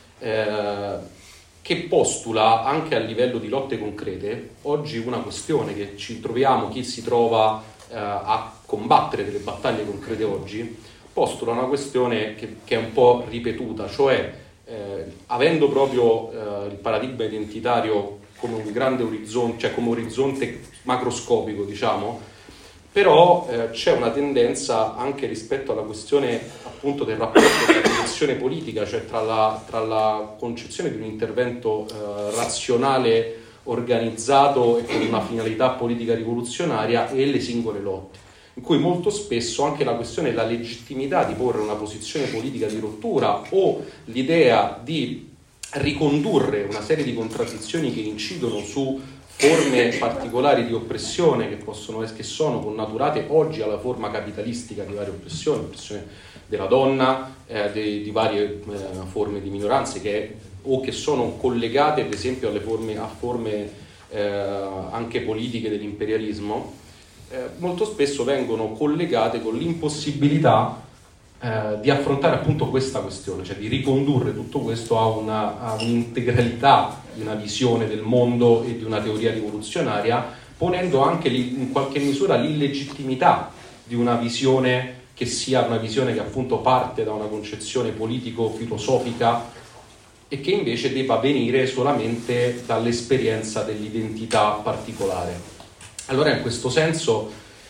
che postula anche a livello di lotte concrete oggi una questione che ci troviamo, chi si trova a combattere delle battaglie concrete oggi, postula una questione che è un po' ripetuta, cioè avendo proprio il paradigma identitario come un grande orizzonte, cioè come orizzonte macroscopico, diciamo, però c'è una tendenza anche rispetto alla questione appunto del rapporto tra dimensione politica, cioè tra la concezione di un intervento razionale, organizzato e con una finalità politica rivoluzionaria e le singole lotte, in cui molto spesso anche la questione della legittimità di porre una posizione politica di rottura o l'idea di ricondurre una serie di contraddizioni che incidono su forme particolari di oppressione che sono connaturate oggi alla forma capitalistica di varie oppressioni, l'oppressione della donna, di varie forme di minoranze, che è o che sono collegate per esempio a forme anche politiche dell'imperialismo, molto spesso vengono collegate con l'impossibilità di affrontare appunto questa questione, cioè di ricondurre tutto questo a un'integralità di una visione del mondo e di una teoria rivoluzionaria, ponendo anche in qualche misura l'illegittimità di una visione che sia una visione che appunto parte da una concezione politico-filosofica e che invece debba venire solamente dall'esperienza dell'identità particolare. Allora in questo senso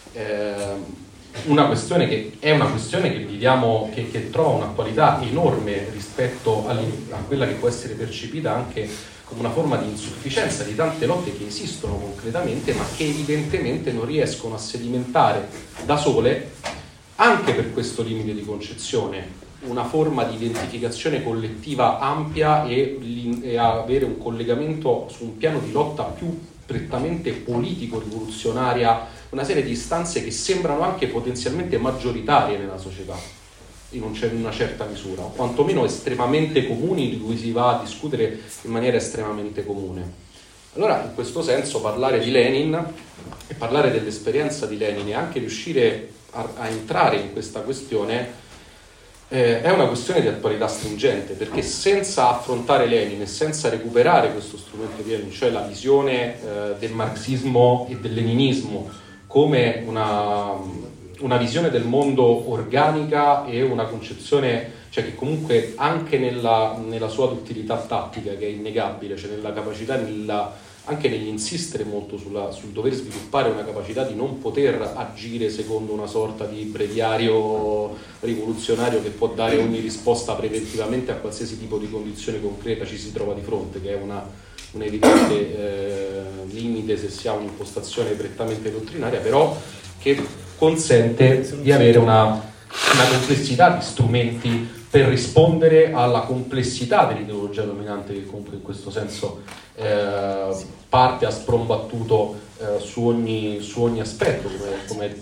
una questione che viviamo, che trova una qualità enorme rispetto a quella che può essere percepita anche come una forma di insufficienza di tante lotte che esistono concretamente, ma che evidentemente non riescono a sedimentare da sole, anche per questo limite di concezione, una forma di identificazione collettiva ampia e avere un collegamento su un piano di lotta più prettamente politico-rivoluzionaria, una serie di istanze che sembrano anche potenzialmente maggioritarie nella società, in una certa misura, o quantomeno estremamente comuni, di cui si va a discutere in maniera estremamente comune. Allora, in questo senso, parlare di Lenin e parlare dell'esperienza di Lenin e anche riuscire a entrare in questa questione è una questione di attualità stringente, perché senza affrontare Lenin e senza recuperare questo strumento di Lenin, cioè la visione del marxismo e del leninismo come una visione del mondo organica e una concezione, cioè che comunque anche nella sua duttilità tattica, che è innegabile, cioè nella capacità, anche nell'insistere molto sul dover sviluppare una capacità di non poter agire secondo una sorta di breviario rivoluzionario che può dare ogni risposta preventivamente a qualsiasi tipo di condizione concreta ci si trova di fronte, che è un evidente limite se si ha un'impostazione prettamente dottrinaria, però che consente di avere una complessità di strumenti per rispondere alla complessità dell'ideologia dominante, che comunque in questo senso parte a sprombattuto su ogni aspetto, come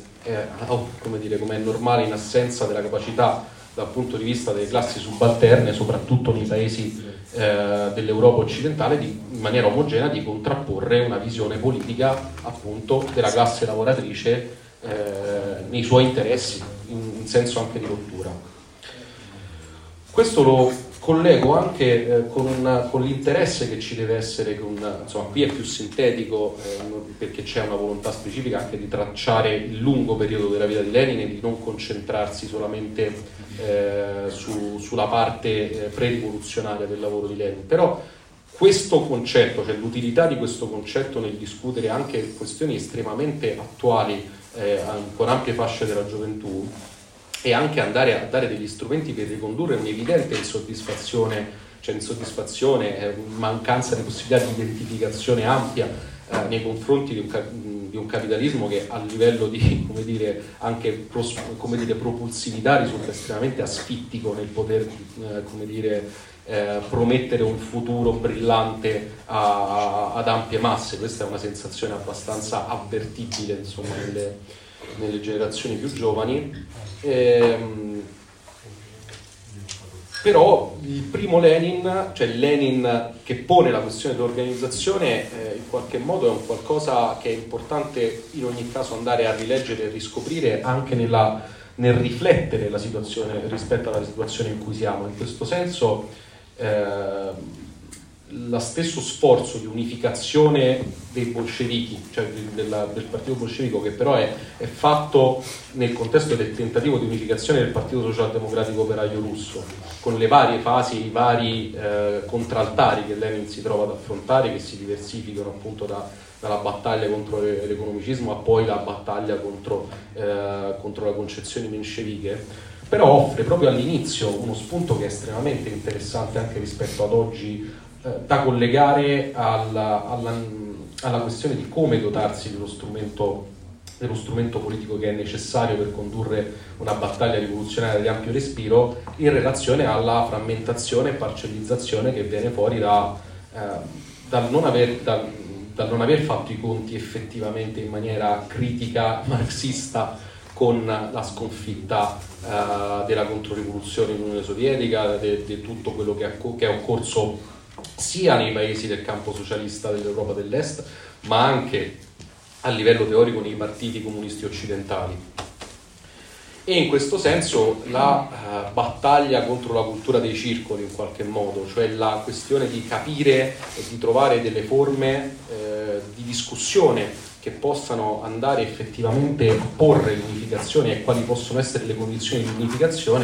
è normale in assenza della capacità dal punto di vista delle classi subalterne, soprattutto nei paesi dell'Europa occidentale, in maniera omogenea di contrapporre una visione politica appunto della classe lavoratrice nei suoi interessi, in senso anche di rottura. Questo lo collego anche con l'interesse che ci deve essere, insomma qui è più sintetico perché c'è una volontà specifica anche di tracciare il lungo periodo della vita di Lenin e di non concentrarsi solamente sulla parte pre-rivoluzionaria del lavoro di Lenin, però questo concetto, cioè l'utilità di questo concetto nel discutere anche questioni estremamente attuali con ampie fasce della gioventù, e anche andare a dare degli strumenti per ricondurre un'evidente insoddisfazione, mancanza di possibilità di identificazione ampia nei confronti di un capitalismo che a livello di, anche propulsività risulta estremamente asfittico nel poter, promettere un futuro brillante ad ampie masse. Questa è una sensazione abbastanza avvertibile, insomma, nelle generazioni più giovani. Però il primo Lenin, cioè il Lenin che pone la questione dell'organizzazione, in qualche modo è un qualcosa che è importante in ogni caso andare a rileggere e riscoprire anche nel riflettere la situazione rispetto alla situazione in cui siamo. In questo senso lo stesso sforzo di unificazione dei bolscevichi, cioè del partito bolscevico, che però è fatto nel contesto del tentativo di unificazione del Partito Socialdemocratico Operaio Russo, con le varie fasi, i vari contraltari che Lenin si trova ad affrontare, che si diversificano appunto dalla battaglia contro l'economicismo a poi la battaglia contro la concezione menceviche, però offre proprio all'inizio uno spunto che è estremamente interessante anche rispetto ad oggi, da collegare alla questione di come dotarsi dello strumento politico che è necessario per condurre una battaglia rivoluzionaria di ampio respiro, in relazione alla frammentazione e parcellizzazione che viene fuori dal non aver fatto i conti effettivamente in maniera critica marxista con la sconfitta della controrivoluzione in Unione Sovietica, di tutto quello che è occorso sia nei paesi del campo socialista dell'Europa dell'Est, ma anche a livello teorico nei partiti comunisti occidentali. E in questo senso la battaglia contro la cultura dei circoli, in qualche modo, cioè la questione di capire e di trovare delle forme di discussione che possano andare effettivamente a porre l'unificazione e quali possono essere le condizioni di unificazione,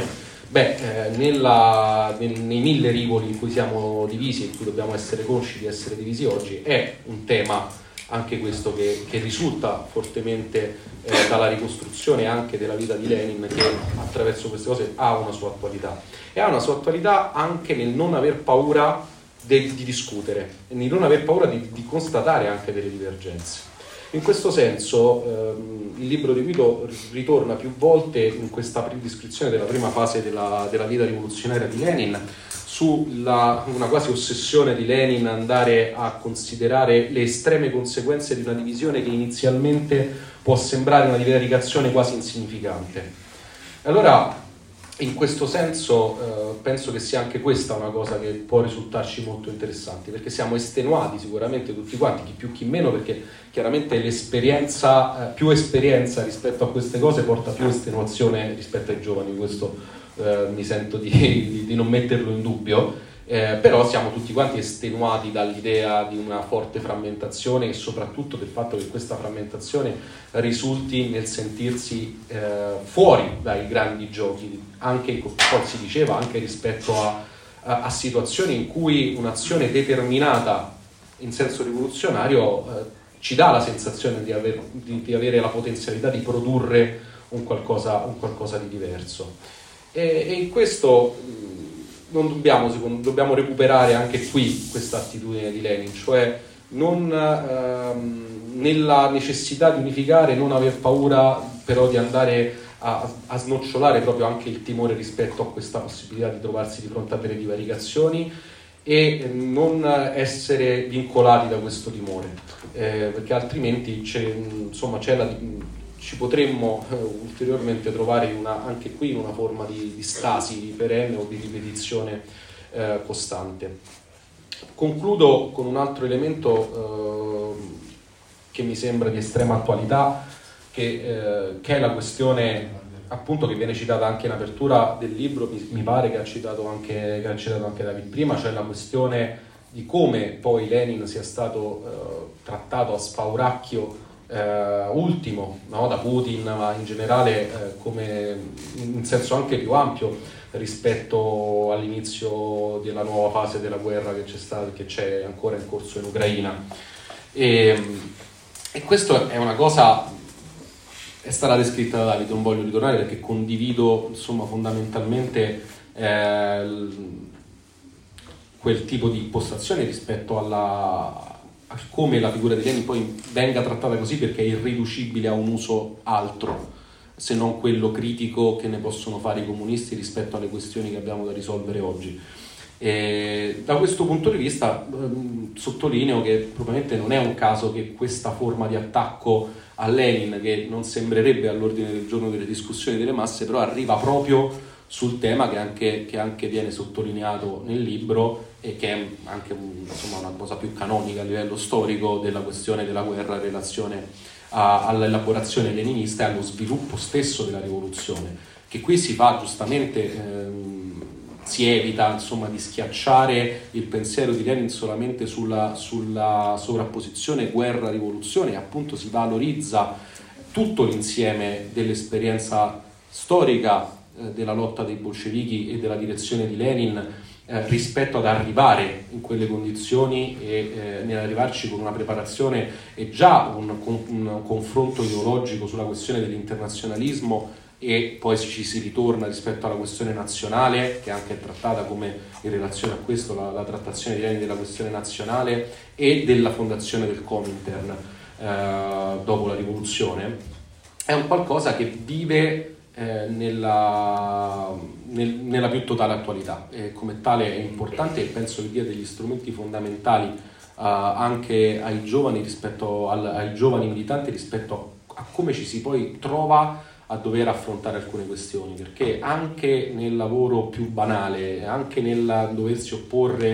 nei 1000 rivoli in cui siamo divisi e in cui dobbiamo essere consci di essere divisi oggi, è un tema anche questo che risulta fortemente dalla ricostruzione anche della vita di Lenin, che attraverso queste cose ha una sua attualità, e ha una sua attualità anche nel non aver paura di discutere e nel non aver paura di constatare anche delle divergenze. In questo senso il libro di Guido ritorna più volte in questa descrizione della prima fase della vita rivoluzionaria di Lenin, una quasi ossessione di Lenin andare a considerare le estreme conseguenze di una divisione che inizialmente può sembrare una divaricazione quasi insignificante. Allora, in questo senso penso che sia anche questa una cosa che può risultarci molto interessante, perché siamo estenuati sicuramente tutti quanti, chi più chi meno, perché chiaramente l'esperienza, più esperienza rispetto a queste cose porta più estenuazione rispetto ai giovani, questo mi sento di non metterlo in dubbio, però siamo tutti quanti estenuati dall'idea di una forte frammentazione e soprattutto del fatto che questa frammentazione risulti nel sentirsi fuori dai grandi giochi, anche, poi si diceva, anche rispetto a situazioni in cui un'azione determinata in senso rivoluzionario ci dà la sensazione di avere la potenzialità di produrre un qualcosa di diverso. E in questo dobbiamo recuperare anche qui questa attitudine di Lenin, cioè nella necessità di unificare, non aver paura però di andare a snocciolare proprio anche il timore rispetto a questa possibilità di trovarsi di fronte a delle divaricazioni e non essere vincolati da questo timore, perché altrimenti ci potremmo ulteriormente trovare anche qui in una forma di stasi perenne o di ripetizione costante. Concludo con un altro elemento che mi sembra di estrema attualità, che è la questione appunto che viene citata anche in apertura del libro, mi pare che ha citato anche David prima, cioè la questione di come poi Lenin sia stato trattato a spauracchio ultimo, no? Da Putin, ma in generale come in senso anche più ampio rispetto all'inizio della nuova fase della guerra che c'è ancora in corso in Ucraina, e questo è una cosa, è stata descritta da Davide, non voglio ritornare perché condivido fondamentalmente quel tipo di impostazione rispetto a come la figura di Lenin poi venga trattata così, perché è irriducibile a un uso altro se non quello critico che ne possono fare i comunisti rispetto alle questioni che abbiamo da risolvere oggi. E da questo punto di vista sottolineo che probabilmente non è un caso che questa forma di attacco a Lenin, che non sembrerebbe all'ordine del giorno delle discussioni delle masse, però arriva proprio sul tema che anche viene sottolineato nel libro e che è anche una cosa più canonica a livello storico della questione della guerra in relazione all'elaborazione leninista e allo sviluppo stesso della rivoluzione, che qui si fa giustamente, si evita di schiacciare il pensiero di Lenin solamente sulla sovrapposizione guerra-rivoluzione, e appunto si valorizza tutto l'insieme dell'esperienza storica della lotta dei bolscevichi e della direzione di Lenin rispetto ad arrivare in quelle condizioni e nell'arrivarci con una preparazione e già un confronto ideologico sulla questione dell'internazionalismo, e poi ci si ritorna rispetto alla questione nazionale, che anche è trattata come in relazione a questo la trattazione di Lenin della questione nazionale e della fondazione del Comintern dopo la rivoluzione. È un qualcosa che vive nella più totale attualità, e come tale è importante, e penso che dia degli strumenti fondamentali anche ai giovani ai giovani militanti rispetto a come ci si poi trova a dover affrontare alcune questioni, perché anche nel lavoro più banale, anche nel doversi opporre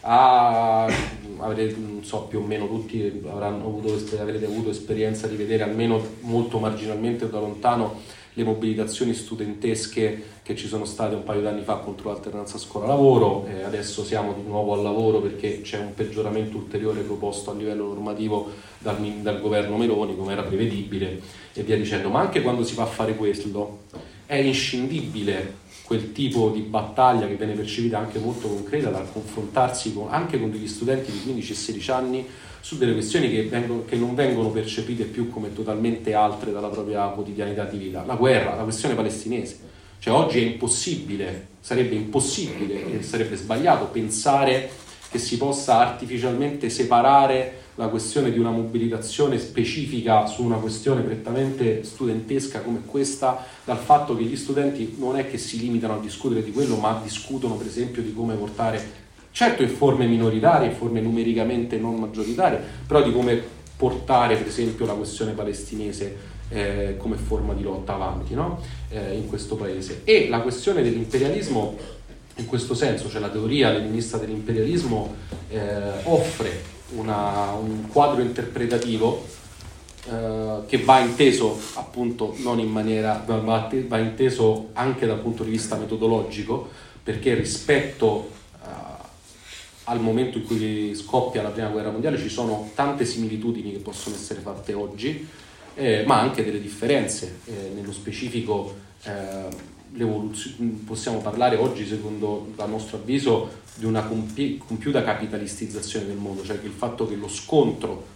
non so, più o meno tutti avrete avuto esperienza di vedere almeno molto marginalmente da lontano le mobilitazioni studentesche che ci sono state un paio d'anni fa contro l'alternanza scuola-lavoro. Adesso siamo di nuovo al lavoro perché c'è un peggioramento ulteriore proposto a livello normativo dal governo Meloni, come era prevedibile, e via dicendo. Ma anche quando si va a fare questo è inscindibile quel tipo di battaglia che viene percepita anche molto concreta dal confrontarsi anche con degli studenti di 15 e 16 anni su delle questioni che non vengono percepite più come totalmente altre dalla propria quotidianità di vita. La guerra, la questione palestinese. Cioè oggi è impossibile, sarebbe impossibile e sarebbe sbagliato pensare che si possa artificialmente separare la questione di una mobilitazione specifica su una questione prettamente studentesca come questa dal fatto che gli studenti non è che si limitano a discutere di quello, ma discutono per esempio di come portare, certo in forme minoritarie, in forme numericamente non maggioritarie, però di come portare per esempio la questione palestinese come forma di lotta avanti, no? In questo paese. E la questione dell'imperialismo in questo senso, cioè la teoria leninista dell'imperialismo offre un quadro interpretativo che va inteso appunto non in maniera, va inteso anche dal punto di vista metodologico, perché rispetto al momento in cui scoppia la prima guerra mondiale ci sono tante similitudini che possono essere fatte oggi, ma anche delle differenze. Nello specifico possiamo parlare oggi, secondo dal nostro avviso, di una compiuta capitalistizzazione del mondo, cioè che il fatto che lo scontro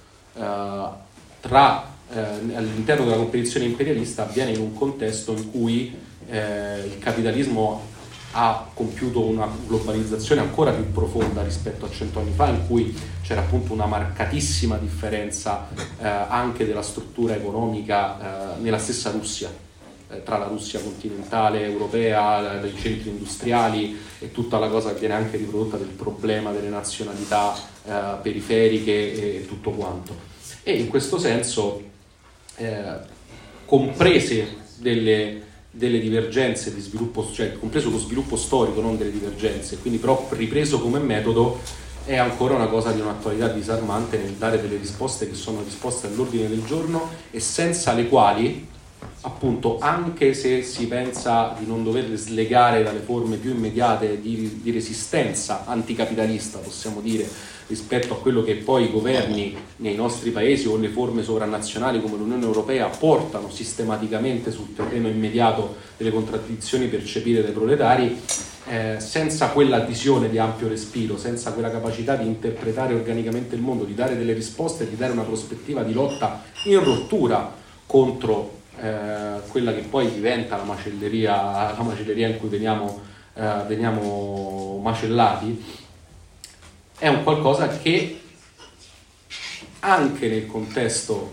all'interno della competizione imperialista avviene in un contesto in cui il capitalismo ha compiuto una globalizzazione ancora più profonda rispetto a 100 anni fa, in cui c'era appunto una marcatissima differenza anche della struttura economica nella stessa Russia, tra la Russia continentale, europea, dei centri industriali e tutta la cosa che viene anche riprodotta del problema delle nazionalità periferiche e tutto quanto. E in questo senso, comprese delle divergenze di sviluppo, cioè compreso lo sviluppo storico, non delle divergenze, quindi però ripreso come metodo, è ancora una cosa di un'attualità disarmante nel dare delle risposte che sono risposte all'ordine del giorno e senza le quali, appunto, anche se si pensa di non doverle slegare dalle forme più immediate di resistenza anticapitalista, possiamo dire, rispetto a quello che poi i governi nei nostri paesi o le forme sovranazionali come l'Unione Europea portano sistematicamente sul terreno immediato delle contraddizioni percepite dai proletari, senza quella visione di ampio respiro, senza quella capacità di interpretare organicamente il mondo, di dare delle risposte e di dare una prospettiva di lotta in rottura contro quella che poi diventa la macelleria in cui veniamo macellati, è un qualcosa che anche nel contesto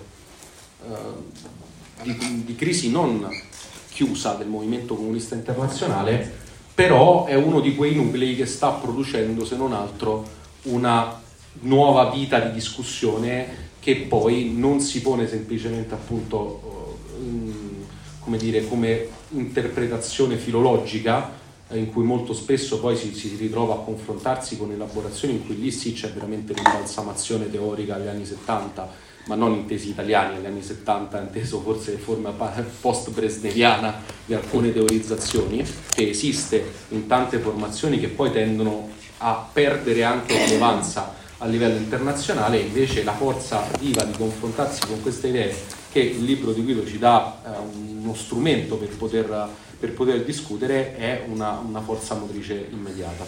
di crisi non chiusa del movimento comunista internazionale, però è uno di quei nuclei che sta producendo, se non altro, una nuova vita di discussione che poi non si pone semplicemente appunto come dire, come interpretazione filologica, in cui molto spesso poi si ritrova a confrontarsi con elaborazioni in cui lì sì c'è veramente l'imbalsamazione teorica agli anni 70, ma non intesi italiani, agli anni 70 inteso forse in forma post-bresneviana di alcune teorizzazioni, che esiste in tante formazioni che poi tendono a perdere anche rilevanza a livello internazionale. Invece la forza viva di confrontarsi con queste idee, che il libro di Guido ci dà uno strumento per poter discutere, è una forza motrice immediata.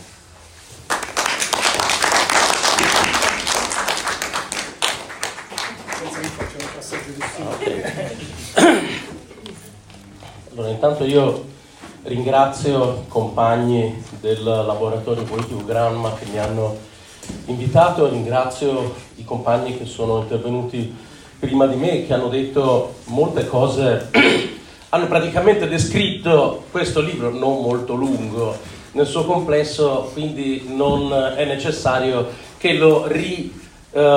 Allora, intanto io ringrazio i compagni del laboratorio Politico Gramma che mi hanno invitato, ringrazio i compagni che sono intervenuti prima di me, che hanno detto molte cose, hanno praticamente descritto questo libro non molto lungo nel suo complesso, quindi non è necessario che lo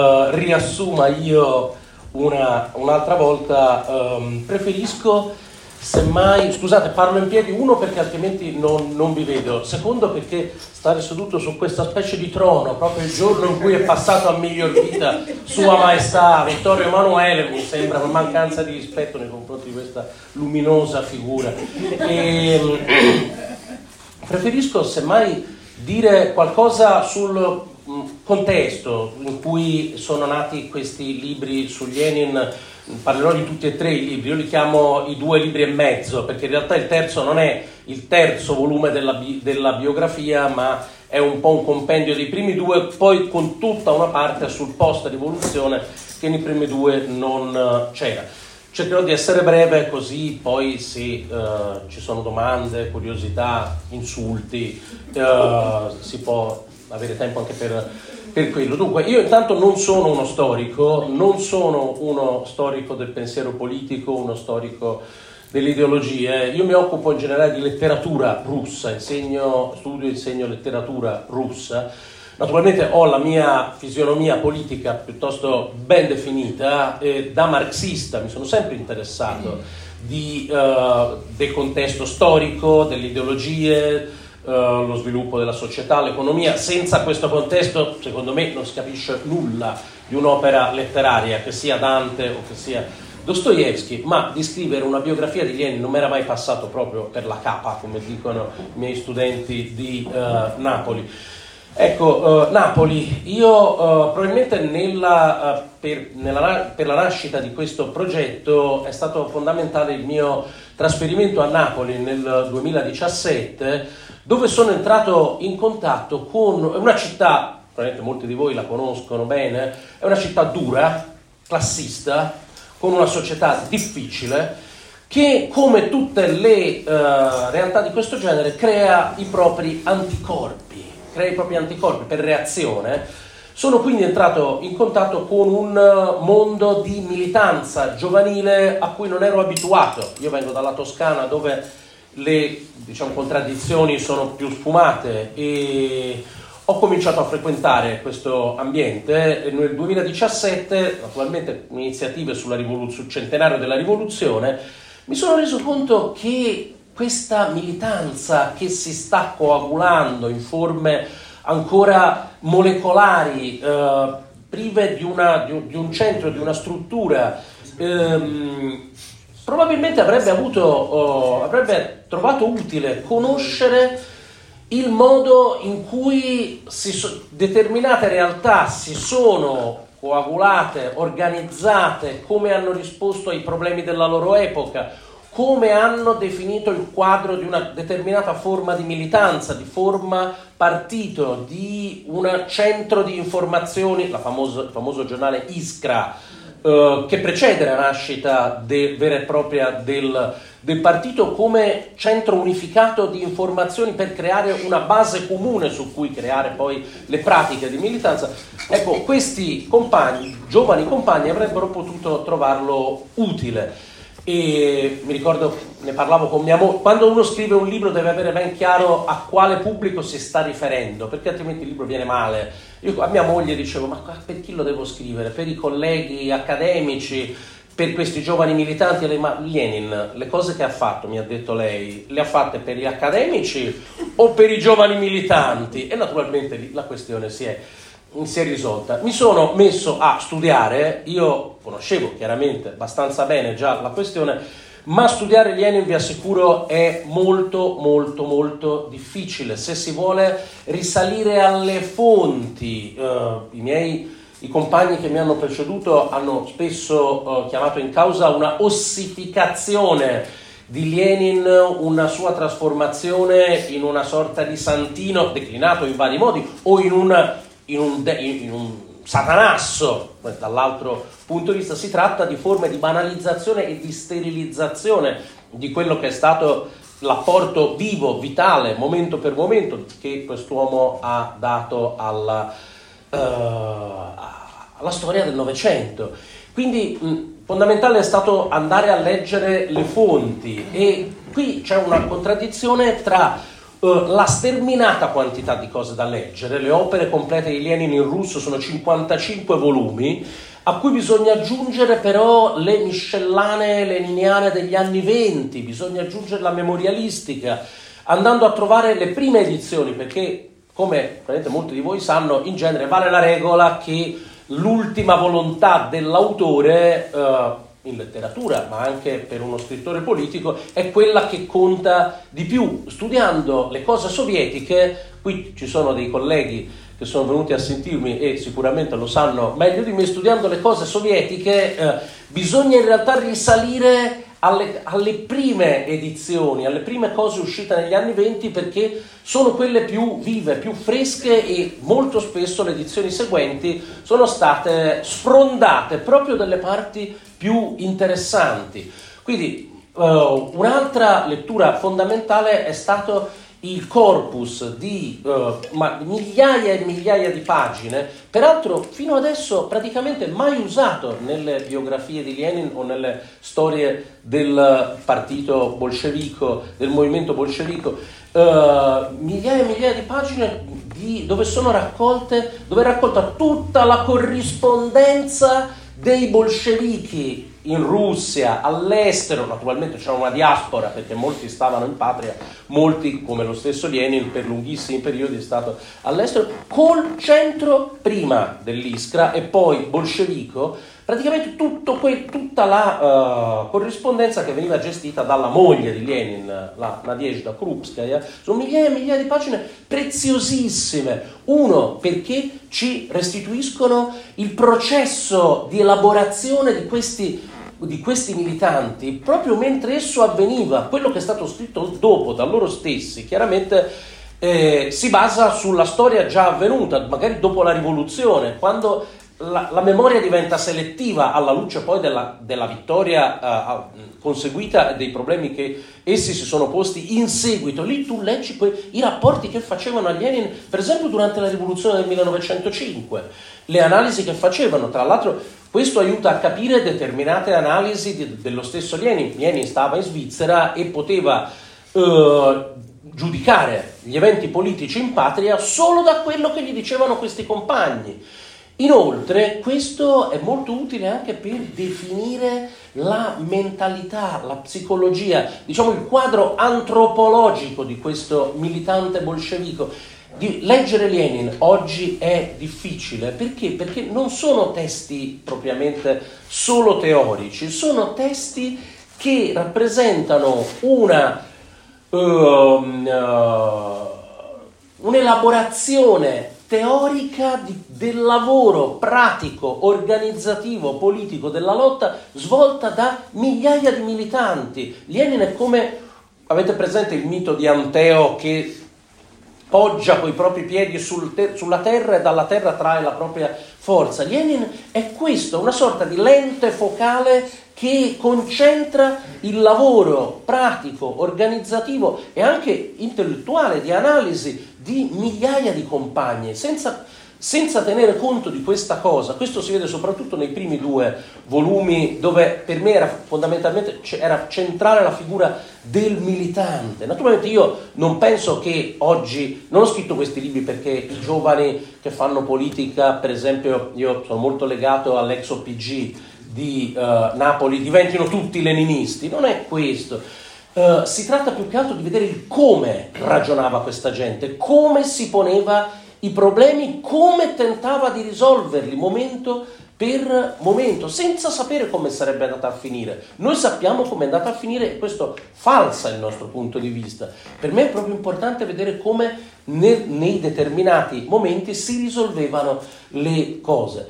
riassuma io un'altra volta. Preferisco semmai, scusate, parlo in piedi, uno perché altrimenti non vi vedo, secondo perché stare seduto su questa specie di trono proprio il giorno in cui è passato a miglior vita Sua Maestà Vittorio Emanuele mi sembra una mancanza di rispetto nei confronti di questa luminosa figura. Preferisco semmai dire qualcosa sul contesto in cui sono nati questi libri su Lenin. Parlerò di tutti e tre i libri, io li chiamo i 2 libri e mezzo, perché in realtà il terzo non è il terzo volume della biografia, ma è un po' un compendio dei primi 2, poi con tutta una parte sul post-rivoluzione che nei primi 2 non c'era. Cercherò di essere breve, così poi se ci sono domande, curiosità, insulti, si può avere tempo anche per quello. Dunque, io intanto non sono uno storico del pensiero politico, uno storico delle ideologie. Io mi occupo in generale di letteratura russa, insegno letteratura russa. Naturalmente ho la mia fisionomia politica piuttosto ben definita, da marxista mi sono sempre interessato del contesto storico, delle ideologie, lo sviluppo della società, l'economia. Senza questo contesto, secondo me, non si capisce nulla di un'opera letteraria, che sia Dante o che sia Dostoevsky, ma di scrivere una biografia di Lenin non mi era mai passato proprio per la capa, come dicono i miei studenti di Napoli. Ecco, Napoli, io probabilmente per la nascita di questo progetto è stato fondamentale il mio trasferimento a Napoli nel 2017, dove sono entrato in contatto con una città, probabilmente molti di voi la conoscono bene, è una città dura, classista, con una società difficile, che come tutte le realtà di questo genere crea i propri anticorpi per reazione. Sono quindi entrato in contatto con un mondo di militanza giovanile a cui non ero abituato. Io vengo dalla Toscana, dove le contraddizioni sono più sfumate, e ho cominciato a frequentare questo ambiente nel 2017, naturalmente iniziative sul centenario della rivoluzione. Mi sono reso conto che questa militanza che si sta coagulando in forme ancora molecolari, prive di un centro, di una struttura, probabilmente avrebbe trovato utile conoscere il modo in cui determinate realtà si sono coagulate, organizzate, come hanno risposto ai problemi della loro epoca, come hanno definito il quadro di una determinata forma di militanza, di forma partito, di un centro di informazioni, il famoso giornale Iskra, che precede la nascita vera e propria del partito, come centro unificato di informazioni per creare una base comune su cui creare poi le pratiche di militanza. Ecco, questi giovani compagni avrebbero potuto trovarlo utile. E mi ricordo, ne parlavo con mia moglie, quando uno scrive un libro deve avere ben chiaro a quale pubblico si sta riferendo, perché altrimenti il libro viene male. Io a mia moglie dicevo: ma per chi lo devo scrivere? Per i colleghi accademici, per questi giovani militanti? Ma Lenin, le cose che ha fatto, mi ha detto lei, le ha fatte per gli accademici o per i giovani militanti? E naturalmente la questione si è risolta. Mi sono messo a studiare. Io conoscevo chiaramente abbastanza bene già la questione, ma studiare Lenin, vi assicuro, è molto molto molto difficile se si vuole risalire alle fonti. I compagni che mi hanno preceduto hanno spesso chiamato in causa una ossificazione di Lenin, una sua trasformazione in una sorta di santino declinato in vari modi, o in un satanasso. Dall'altro punto di vista si tratta di forme di banalizzazione e di sterilizzazione di quello che è stato l'apporto vivo, vitale, momento per momento, che quest'uomo ha dato alla storia del Novecento. Quindi fondamentale è stato andare a leggere le fonti, e qui c'è una contraddizione tra la sterminata quantità di cose da leggere. Le opere complete di Lenin in russo sono 55 volumi, a cui bisogna aggiungere però le miscellanee leniniane degli anni '20, bisogna aggiungere la memorialistica, andando a trovare le prime edizioni, perché come probabilmente molti di voi sanno, in genere vale la regola che l'ultima volontà dell'autore in letteratura, ma anche per uno scrittore politico, è quella che conta di più. Studiando le cose sovietiche, qui ci sono dei colleghi che sono venuti a sentirmi e sicuramente lo sanno meglio di me, studiando le cose sovietiche bisogna in realtà risalire alle prime edizioni, alle prime cose uscite negli anni '20, perché sono quelle più vive, più fresche, e molto spesso le edizioni seguenti sono state sfrondate proprio dalle parti più interessanti. Quindi un'altra lettura fondamentale è stato il corpus di migliaia e migliaia di pagine, peraltro fino adesso praticamente mai usato nelle biografie di Lenin o nelle storie del partito bolscevico, del movimento bolscevico, migliaia e migliaia di pagine dove è raccolta tutta la corrispondenza dei bolscevichi in Russia, all'estero. Naturalmente c'era una diaspora perché molti stavano in patria, molti, come lo stesso Lenin, per lunghissimi periodi è stato all'estero, col centro prima dell'Iskra e poi bolscevico, praticamente tutta la corrispondenza che veniva gestita dalla moglie di Lenin, la Nadezhda Krupskaya. Sono migliaia e migliaia di pagine preziosissime. Uno, perché ci restituiscono il processo di elaborazione di questi militanti proprio mentre esso avveniva. Quello che è stato scritto dopo da loro stessi chiaramente si basa sulla storia già avvenuta, magari dopo la rivoluzione, quando la memoria diventa selettiva alla luce poi della vittoria conseguita e dei problemi che essi si sono posti in seguito. Lì tu leggi i rapporti che facevano a Lenin, per esempio durante la rivoluzione del 1905, le analisi che facevano. Tra l'altro questo aiuta a capire determinate analisi dello stesso Lenin. Lenin stava in Svizzera e poteva giudicare gli eventi politici in patria solo da quello che gli dicevano questi compagni. Inoltre questo è molto utile anche per definire la mentalità, la psicologia, diciamo il quadro antropologico di questo militante bolscevico. Di leggere Lenin oggi è difficile, perché? Perché non sono testi propriamente solo teorici, sono testi che rappresentano un'elaborazione teorica del lavoro pratico, organizzativo, politico della lotta svolta da migliaia di militanti. Lenin è come, avete presente il mito di Anteo che poggia coi propri piedi sulla terra e dalla terra trae la propria forza? Lenin è questo, una sorta di lente focale che concentra il lavoro pratico, organizzativo e anche intellettuale, di analisi di migliaia di compagni, senza tenere conto di questa cosa. Questo si vede soprattutto nei primi 2 volumi, dove per me fondamentalmente era centrale la figura del militante. Naturalmente io non penso che oggi, non ho scritto questi libri perché i giovani che fanno politica, per esempio io sono molto legato all'ex OPG di Napoli, diventino tutti leninisti. Non è questo. Si tratta più che altro di vedere il come ragionava questa gente, come si poneva i problemi, come tentava di risolverli momento per momento, senza sapere come sarebbe andata a finire. Noi sappiamo come è andata a finire e questo falsa il nostro punto di vista. Per me è proprio importante vedere come nei determinati momenti si risolvevano le cose.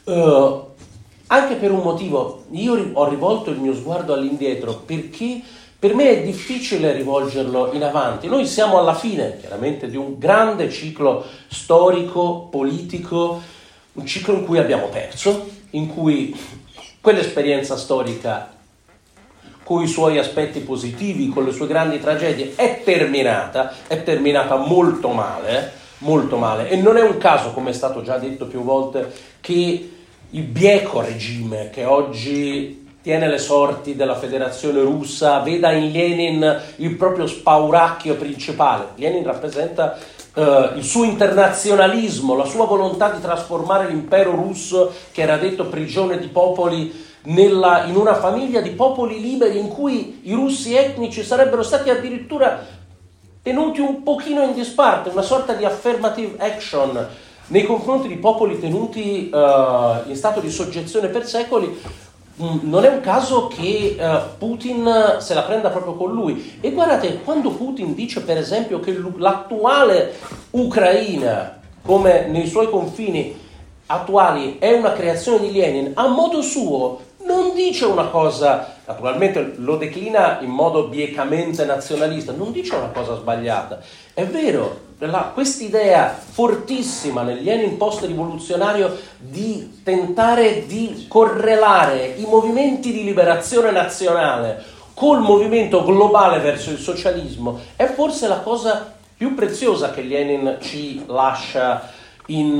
Anche per un motivo, io ho rivolto il mio sguardo all'indietro perché per me è difficile rivolgerlo in avanti. Noi siamo alla fine, chiaramente, di un grande ciclo storico, politico, un ciclo in cui abbiamo perso, in cui quell'esperienza storica, con i suoi aspetti positivi, con le sue grandi tragedie, è terminata molto male, e non è un caso, come è stato già detto più volte, che il bieco regime che oggi tiene le sorti della Federazione Russa veda in Lenin il proprio spauracchio principale. Lenin rappresenta il suo internazionalismo, la sua volontà di trasformare l'impero russo, che era detto prigione di popoli, in una famiglia di popoli liberi in cui i russi etnici sarebbero stati addirittura tenuti un pochino in disparte, una sorta di affirmative action nei confronti di popoli tenuti in stato di soggezione per secoli. Non è un caso che Putin se la prenda proprio con lui. E guardate, quando Putin dice per esempio che l'attuale Ucraina, come nei suoi confini attuali, è una creazione di Lenin, a modo suo non dice una cosa, naturalmente lo declina in modo biecamente nazionalista, non dice una cosa sbagliata. È vero, quest'idea fortissima nel Lenin post-rivoluzionario di tentare di correlare i movimenti di liberazione nazionale col movimento globale verso il socialismo è forse la cosa più preziosa che Lenin ci lascia in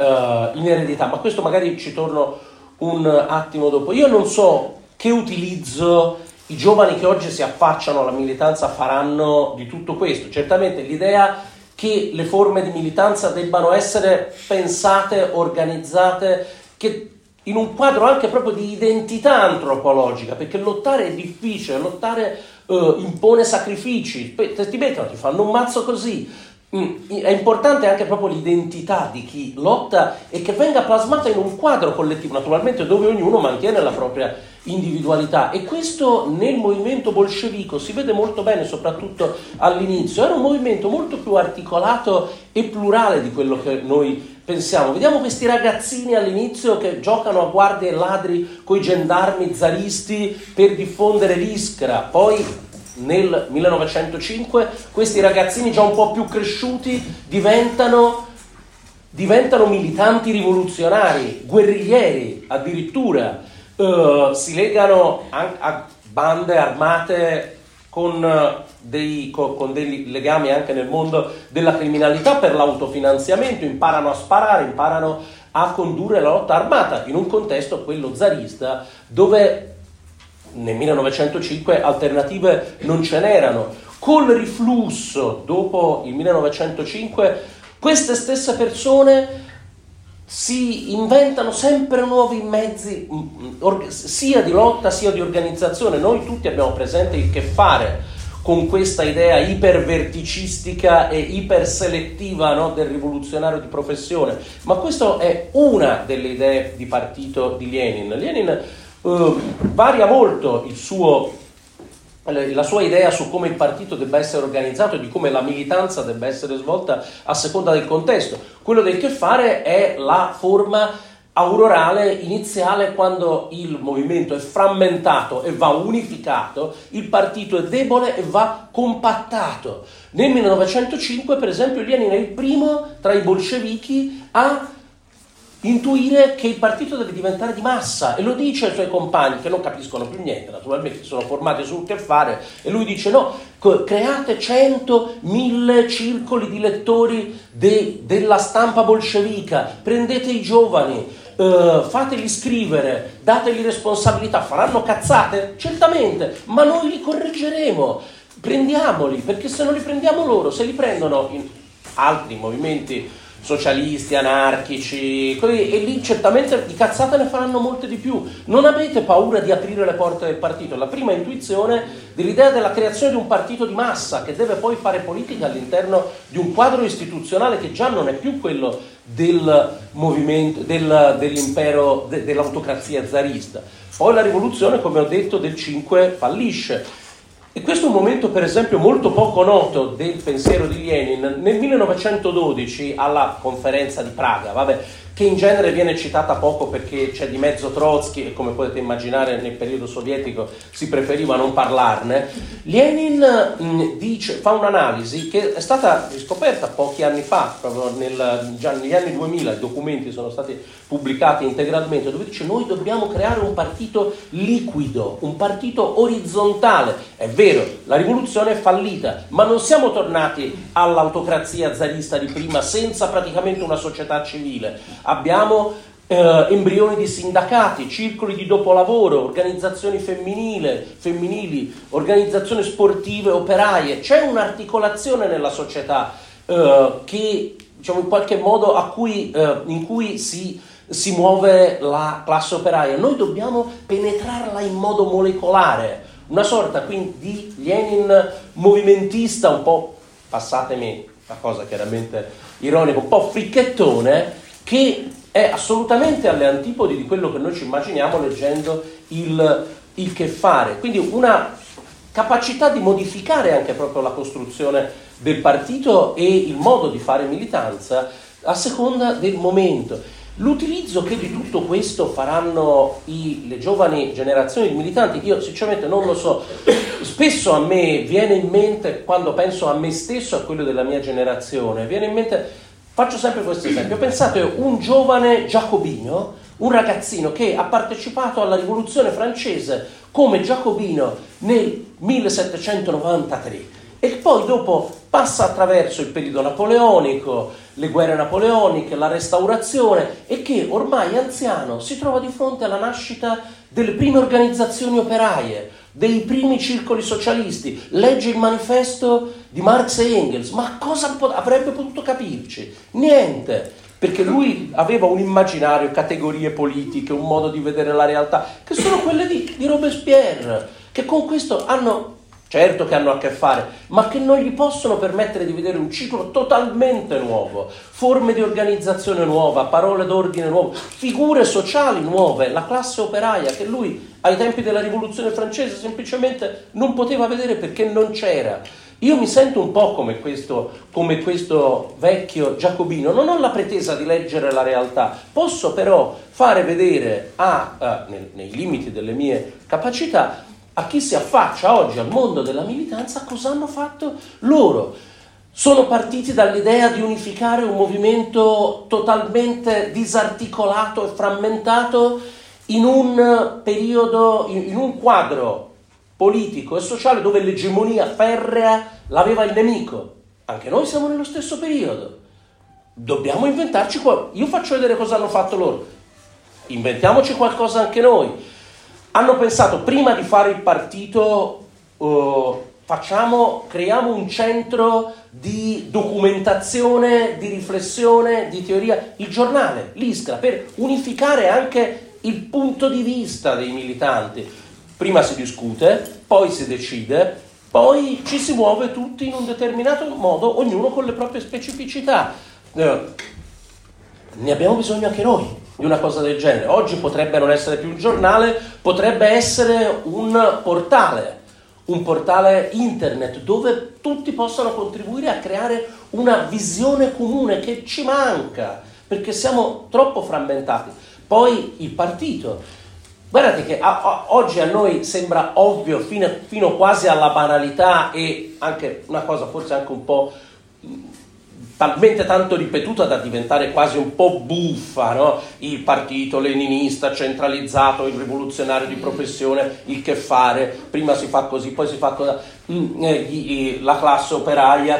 eredità, ma questo magari ci torno un attimo dopo. Io non so che utilizzo i giovani che oggi si affacciano alla militanza faranno di tutto questo. Certamente l'idea che le forme di militanza debbano essere pensate, organizzate, che in un quadro anche proprio di identità antropologica, perché lottare è difficile, lottare impone sacrifici, ti mettono, ti fanno un mazzo così. È importante anche proprio l'identità di chi lotta e che venga plasmata in un quadro collettivo, naturalmente dove ognuno mantiene la propria individualità, e questo nel movimento bolscevico si vede molto bene, soprattutto all'inizio. Era un movimento molto più articolato e plurale di quello che noi pensiamo. Vediamo questi ragazzini all'inizio che giocano a guardie e ladri coi gendarmi zaristi per diffondere l'Iskra, poi nel 1905 questi ragazzini già un po' più cresciuti diventano militanti rivoluzionari, guerriglieri addirittura, si legano a bande armate con dei legami anche nel mondo della criminalità per l'autofinanziamento, imparano a sparare, imparano a condurre la lotta armata in un contesto, quello zarista, dove nel 1905 alternative non ce n'erano. Col riflusso dopo il 1905 queste stesse persone si inventano sempre nuovi mezzi sia di lotta sia di organizzazione. Noi tutti abbiamo presente il che fare con questa idea iperverticistica e iperselettiva, no, del rivoluzionario di professione, ma questa è una delle idee di partito di Lenin. Lenin varia molto la sua idea su come il partito debba essere organizzato e di come la militanza debba essere svolta a seconda del contesto. Quello del che fare è la forma aurorale iniziale, quando il movimento è frammentato e va unificato, il partito è debole e va compattato. Nel 1905, per esempio, Lenin è il primo tra i bolscevichi a intuire che il partito deve diventare di massa, e lo dice ai suoi compagni che non capiscono più niente, naturalmente sono formati sul che fare, e lui dice no, create 100, 1000 circoli di lettori della stampa bolscevica, prendete i giovani, fateli scrivere, dategli responsabilità. Faranno cazzate? Certamente, ma noi li correggeremo, prendiamoli, perché se non li prendiamo loro, se li prendono in altri movimenti socialisti, anarchici, e lì certamente di cazzate ne faranno molte di più. Non avete paura di aprire le porte del partito. La prima intuizione dell'idea della creazione di un partito di massa che deve poi fare politica all'interno di un quadro istituzionale che già non è più quello del movimento, dell'impero, dell'autocrazia zarista. Poi la rivoluzione, come ho detto, del 5 fallisce. E questo è un momento, per esempio, molto poco noto del pensiero di Lenin. Nel 1912, alla conferenza di Praga, che in genere viene citata poco perché c'è di mezzo Trotsky e, come potete immaginare, nel periodo sovietico si preferiva non parlarne, Lenin fa un'analisi che è stata riscoperta pochi anni fa, proprio già negli anni 2000, i documenti sono stati pubblicati integralmente, dove dice: noi dobbiamo creare un partito liquido, un partito orizzontale. È vero, la rivoluzione è fallita, ma non siamo tornati all'autocrazia zarista di prima senza praticamente una società civile. Abbiamo embrioni di sindacati, circoli di dopolavoro, organizzazioni femminili, organizzazioni sportive operaie. C'è un'articolazione nella società che diciamo in qualche modo in cui si muove la classe operaia. Noi dobbiamo penetrarla in modo molecolare, una sorta quindi di Lenin movimentista, un po', passatemi una cosa chiaramente ironica, un po' fricchettone, che è assolutamente alle antipodi di quello che noi ci immaginiamo leggendo il Che fare. Quindi una capacità di modificare anche proprio la costruzione del partito e il modo di fare militanza a seconda del momento. L'utilizzo che di tutto questo faranno le giovani generazioni di militanti, io sinceramente non lo so. Spesso a me viene in mente, quando penso a me stesso, a quello della mia generazione, viene in mente, faccio sempre questo esempio, pensate un giovane giacobino, un ragazzino che ha partecipato alla rivoluzione francese come giacobino nel 1793 e poi dopo passa attraverso il periodo napoleonico, le guerre napoleoniche, la restaurazione, e che ormai anziano si trova di fronte alla nascita delle prime organizzazioni operaie, dei primi circoli socialisti, legge il manifesto di Marx e Engels. Ma cosa avrebbe potuto capirci? Niente, perché lui aveva un immaginario, categorie politiche, un modo di vedere la realtà, che sono quelle di Robespierre, che con questo hanno... certo che hanno a che fare, ma che non gli possono permettere di vedere un ciclo totalmente nuovo, forme di organizzazione nuova, parole d'ordine nuove, figure sociali nuove, la classe operaia che lui ai tempi della rivoluzione francese semplicemente non poteva vedere perché non c'era. Io mi sento un po' come questo vecchio giacobino, non ho la pretesa di leggere la realtà, posso però fare vedere nei limiti delle mie capacità a chi si affaccia oggi al mondo della militanza cosa hanno fatto loro. Sono partiti dall'idea di unificare un movimento totalmente disarticolato e frammentato in un periodo, in un quadro politico e sociale dove l'egemonia ferrea l'aveva il nemico. Anche noi siamo nello stesso periodo. Dobbiamo inventarci io faccio vedere cosa hanno fatto loro. Inventiamoci qualcosa anche noi. Hanno pensato, prima di fare il partito, creiamo un centro di documentazione, di riflessione, di teoria, il giornale, l'Iskra, per unificare anche il punto di vista dei militanti. Prima si discute, poi si decide, poi ci si muove tutti in un determinato modo, ognuno con le proprie specificità. Ne abbiamo bisogno anche noi di una cosa del genere. Oggi potrebbe non essere più un giornale, potrebbe essere un portale internet dove tutti possano contribuire a creare una visione comune che ci manca, perché siamo troppo frammentati. Poi il partito. Guardate che oggi a noi sembra ovvio fino quasi alla banalità, e anche una cosa forse anche un po' talmente tanto ripetuta da diventare quasi un po' buffa, no? Il partito leninista centralizzato, il rivoluzionario di professione, il Che fare, prima si fa così, poi si fa così, la classe operaia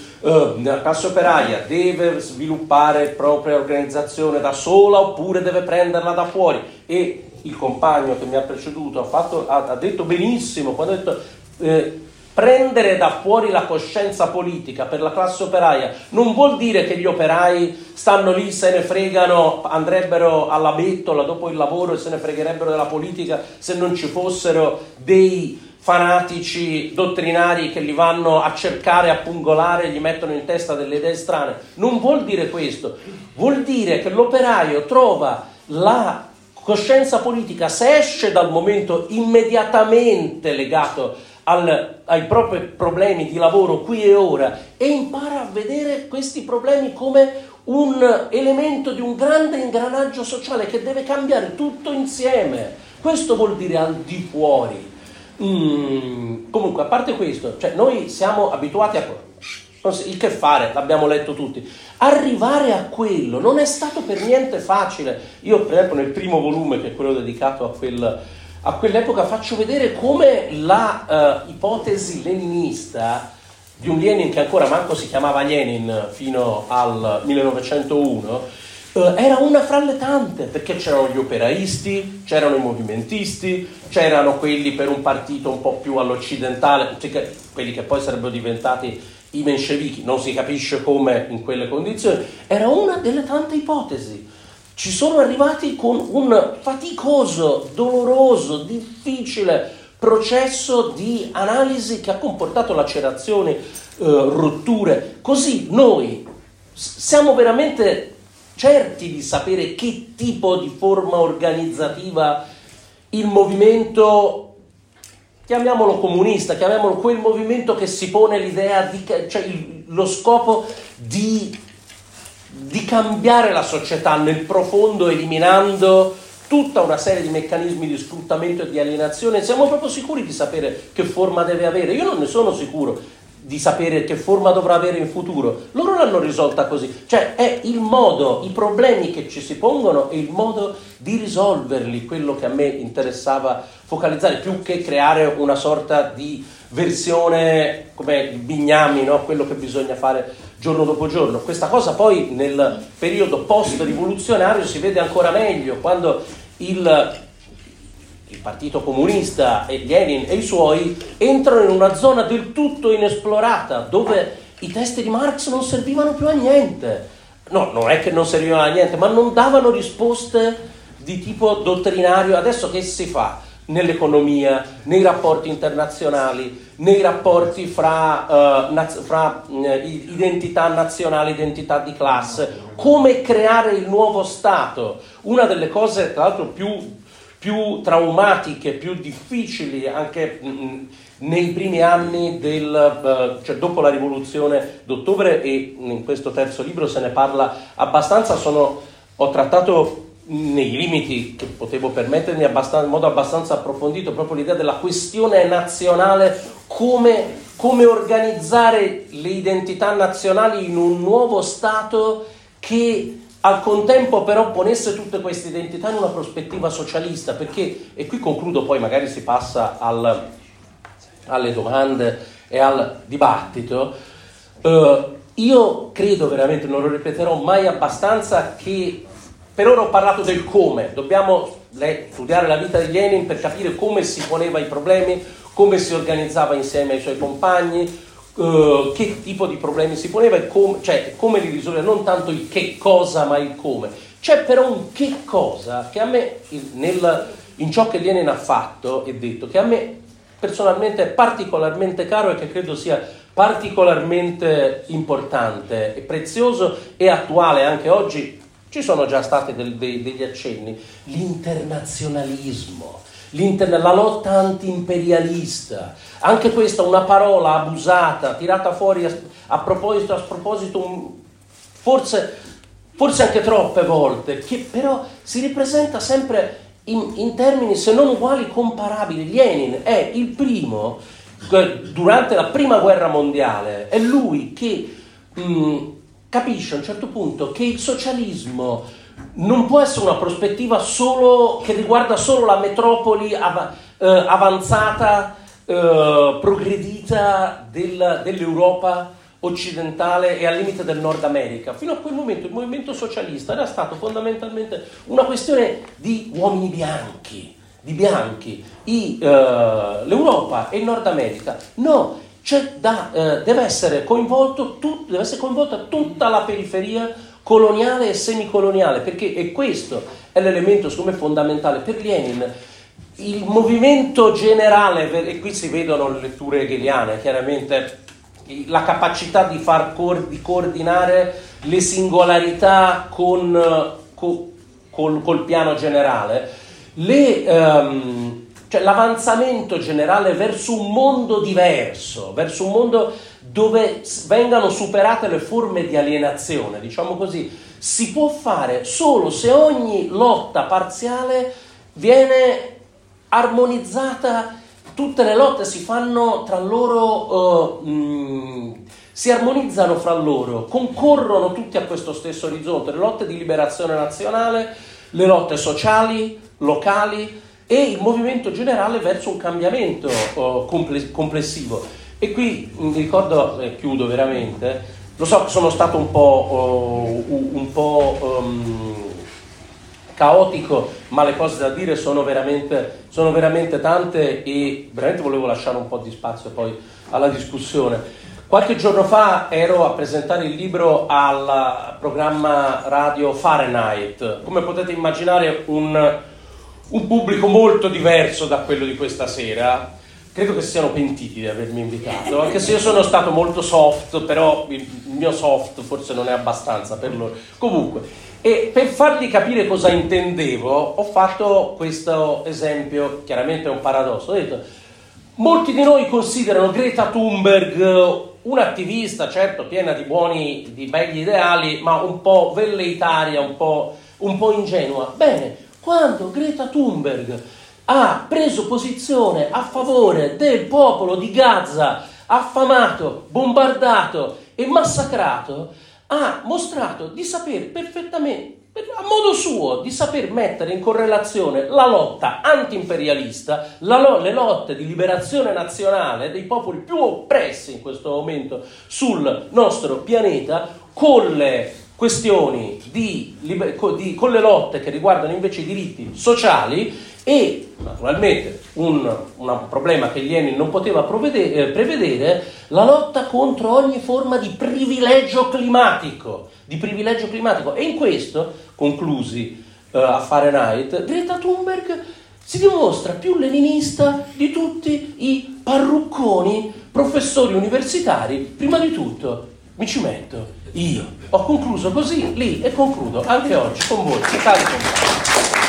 deve sviluppare propria organizzazione da sola oppure deve prenderla da fuori. E il compagno che mi ha preceduto ha detto benissimo quando ha detto prendere da fuori la coscienza politica per la classe operaia non vuol dire che gli operai stanno lì, se ne fregano, andrebbero alla bettola dopo il lavoro e se ne fregherebbero della politica se non ci fossero dei fanatici dottrinari che li vanno a cercare, a pungolare e gli mettono in testa delle idee strane. Non vuol dire questo, vuol dire che l'operaio trova la coscienza politica, se esce dal momento immediatamente legato ai propri problemi di lavoro qui e ora e impara a vedere questi problemi come un elemento di un grande ingranaggio sociale che deve cambiare tutto insieme. Questo vuol dire al di fuori. Comunque, a parte questo, cioè noi siamo abituati a il Che fare, l'abbiamo letto tutti. Arrivare a quello non è stato per niente facile. Io per esempio nel primo volume, che è quello dedicato a quell'epoca, faccio vedere come la ipotesi leninista di un Lenin che ancora manco si chiamava Lenin fino al 1901 era una fra le tante, perché c'erano gli operaisti, c'erano i movimentisti, c'erano quelli per un partito un po' più all'occidentale, quelli che poi sarebbero diventati i menscevichi, non si capisce come in quelle condizioni, era una delle tante ipotesi. Ci sono arrivati con un faticoso, doloroso, difficile processo di analisi che ha comportato lacerazioni, rotture. Così noi siamo veramente certi di sapere che tipo di forma organizzativa il movimento, chiamiamolo comunista, chiamiamolo quel movimento che si pone l'idea di, cioè lo scopo di cambiare la società nel profondo, eliminando tutta una serie di meccanismi di sfruttamento e di alienazione. Siamo proprio sicuri di sapere che forma deve avere? Io non ne sono sicuro di sapere che forma dovrà avere in futuro. Loro l'hanno risolta così, cioè è il modo, i problemi che ci si pongono e il modo di risolverli quello che a me interessava focalizzare, più che creare una sorta di versione come Bignami, no? Quello che bisogna fare giorno dopo giorno. Questa cosa poi nel periodo post-rivoluzionario si vede ancora meglio, quando il Partito Comunista e Lenin e i suoi entrano in una zona del tutto inesplorata, dove i testi di Marx non servivano più a niente. No, non è che non servivano a niente, ma non davano risposte di tipo dottrinario. Adesso che si fa nell'economia, nei rapporti internazionali, nei rapporti fra identità nazionali, identità di classe, come creare il nuovo Stato? Una delle cose, tra l'altro, più traumatiche, più difficili anche nei primi anni cioè dopo la rivoluzione d'ottobre, e in questo terzo libro se ne parla abbastanza. Ho trattato nei limiti che potevo permettermi in modo abbastanza approfondito proprio l'idea della questione nazionale, come organizzare le identità nazionali in un nuovo Stato che al contempo però ponesse tutte queste identità in una prospettiva socialista, perché, e qui concludo, poi magari si passa alle domande e al dibattito, io credo veramente, non lo ripeterò mai abbastanza, che per ora ho parlato del come, dobbiamo studiare la vita di Lenin per capire come si poneva i problemi, come si organizzava insieme ai suoi compagni, che tipo di problemi si poneva e come li risolveva, non tanto il che cosa ma il come. C'è però un che cosa che a me in ciò che Lenin ha fatto e detto, che a me personalmente è particolarmente caro e che credo sia particolarmente importante e prezioso e attuale anche oggi. Ci sono già stati degli accenni: l'internazionalismo, la lotta anti-imperialista. Anche questa una parola abusata, tirata fuori a sproposito, forse anche troppe volte, che però si ripresenta sempre in termini se non uguali, comparabili. Lenin è il primo, durante la prima guerra mondiale, è lui che capisce a un certo punto che il socialismo non può essere una prospettiva che riguarda solo la metropoli avanzata, progredita dell'Europa occidentale e al limite del Nord America. Fino a quel momento il movimento socialista era stato fondamentalmente una questione di uomini bianchi, l'Europa e il Nord America. No, deve essere coinvolta tutta la periferia coloniale e semicoloniale, perché e questo è l'elemento secondo me fondamentale per Lenin. Il movimento generale, e qui si vedono le letture hegeliane, chiaramente la capacità di coordinare le singolarità col piano generale, l'avanzamento generale verso un mondo diverso, verso un mondo dove vengano superate le forme di alienazione, diciamo così, si può fare solo se ogni lotta parziale viene armonizzata. Tutte le lotte si fanno tra loro, si armonizzano fra loro, concorrono tutti a questo stesso orizzonte: le lotte di liberazione nazionale, le lotte sociali, locali e il movimento generale verso un cambiamento complessivo. E qui mi ricordo, chiudo veramente, lo so che sono stato un po' caotico, ma le cose da dire sono veramente tante e veramente volevo lasciare un po' di spazio poi alla discussione. Qualche giorno fa ero a presentare il libro al programma radio Fahrenheit. Come potete immaginare, un pubblico molto diverso da quello di questa sera. Credo che siano pentiti di avermi invitato, anche se io sono stato molto soft, però il mio soft forse non è abbastanza per loro. Comunque, e per fargli capire cosa intendevo, ho fatto questo esempio, chiaramente è un paradosso. Ho detto, molti di noi considerano Greta Thunberg un'attivista, certo, piena di begli ideali, ma un po' velleitaria, un po' ingenua. Bene, quando Greta Thunberg ha preso posizione a favore del popolo di Gaza, affamato, bombardato e massacrato, ha mostrato di saper perfettamente, a modo suo, di saper mettere in correlazione la lotta anti-imperialista, le lotte di liberazione nazionale dei popoli più oppressi in questo momento sul nostro pianeta, con le questioni con le lotte che riguardano invece i diritti sociali e naturalmente un problema che Lenin non poteva prevedere, la lotta contro ogni forma di privilegio climatico. E in questo, conclusi a Fahrenheit, Greta Thunberg si dimostra più leninista di tutti i parrucconi professori universitari. Prima di tutto mi ci metto io. Ho concluso così lì e concludo anche oggi con voi, cari compagni.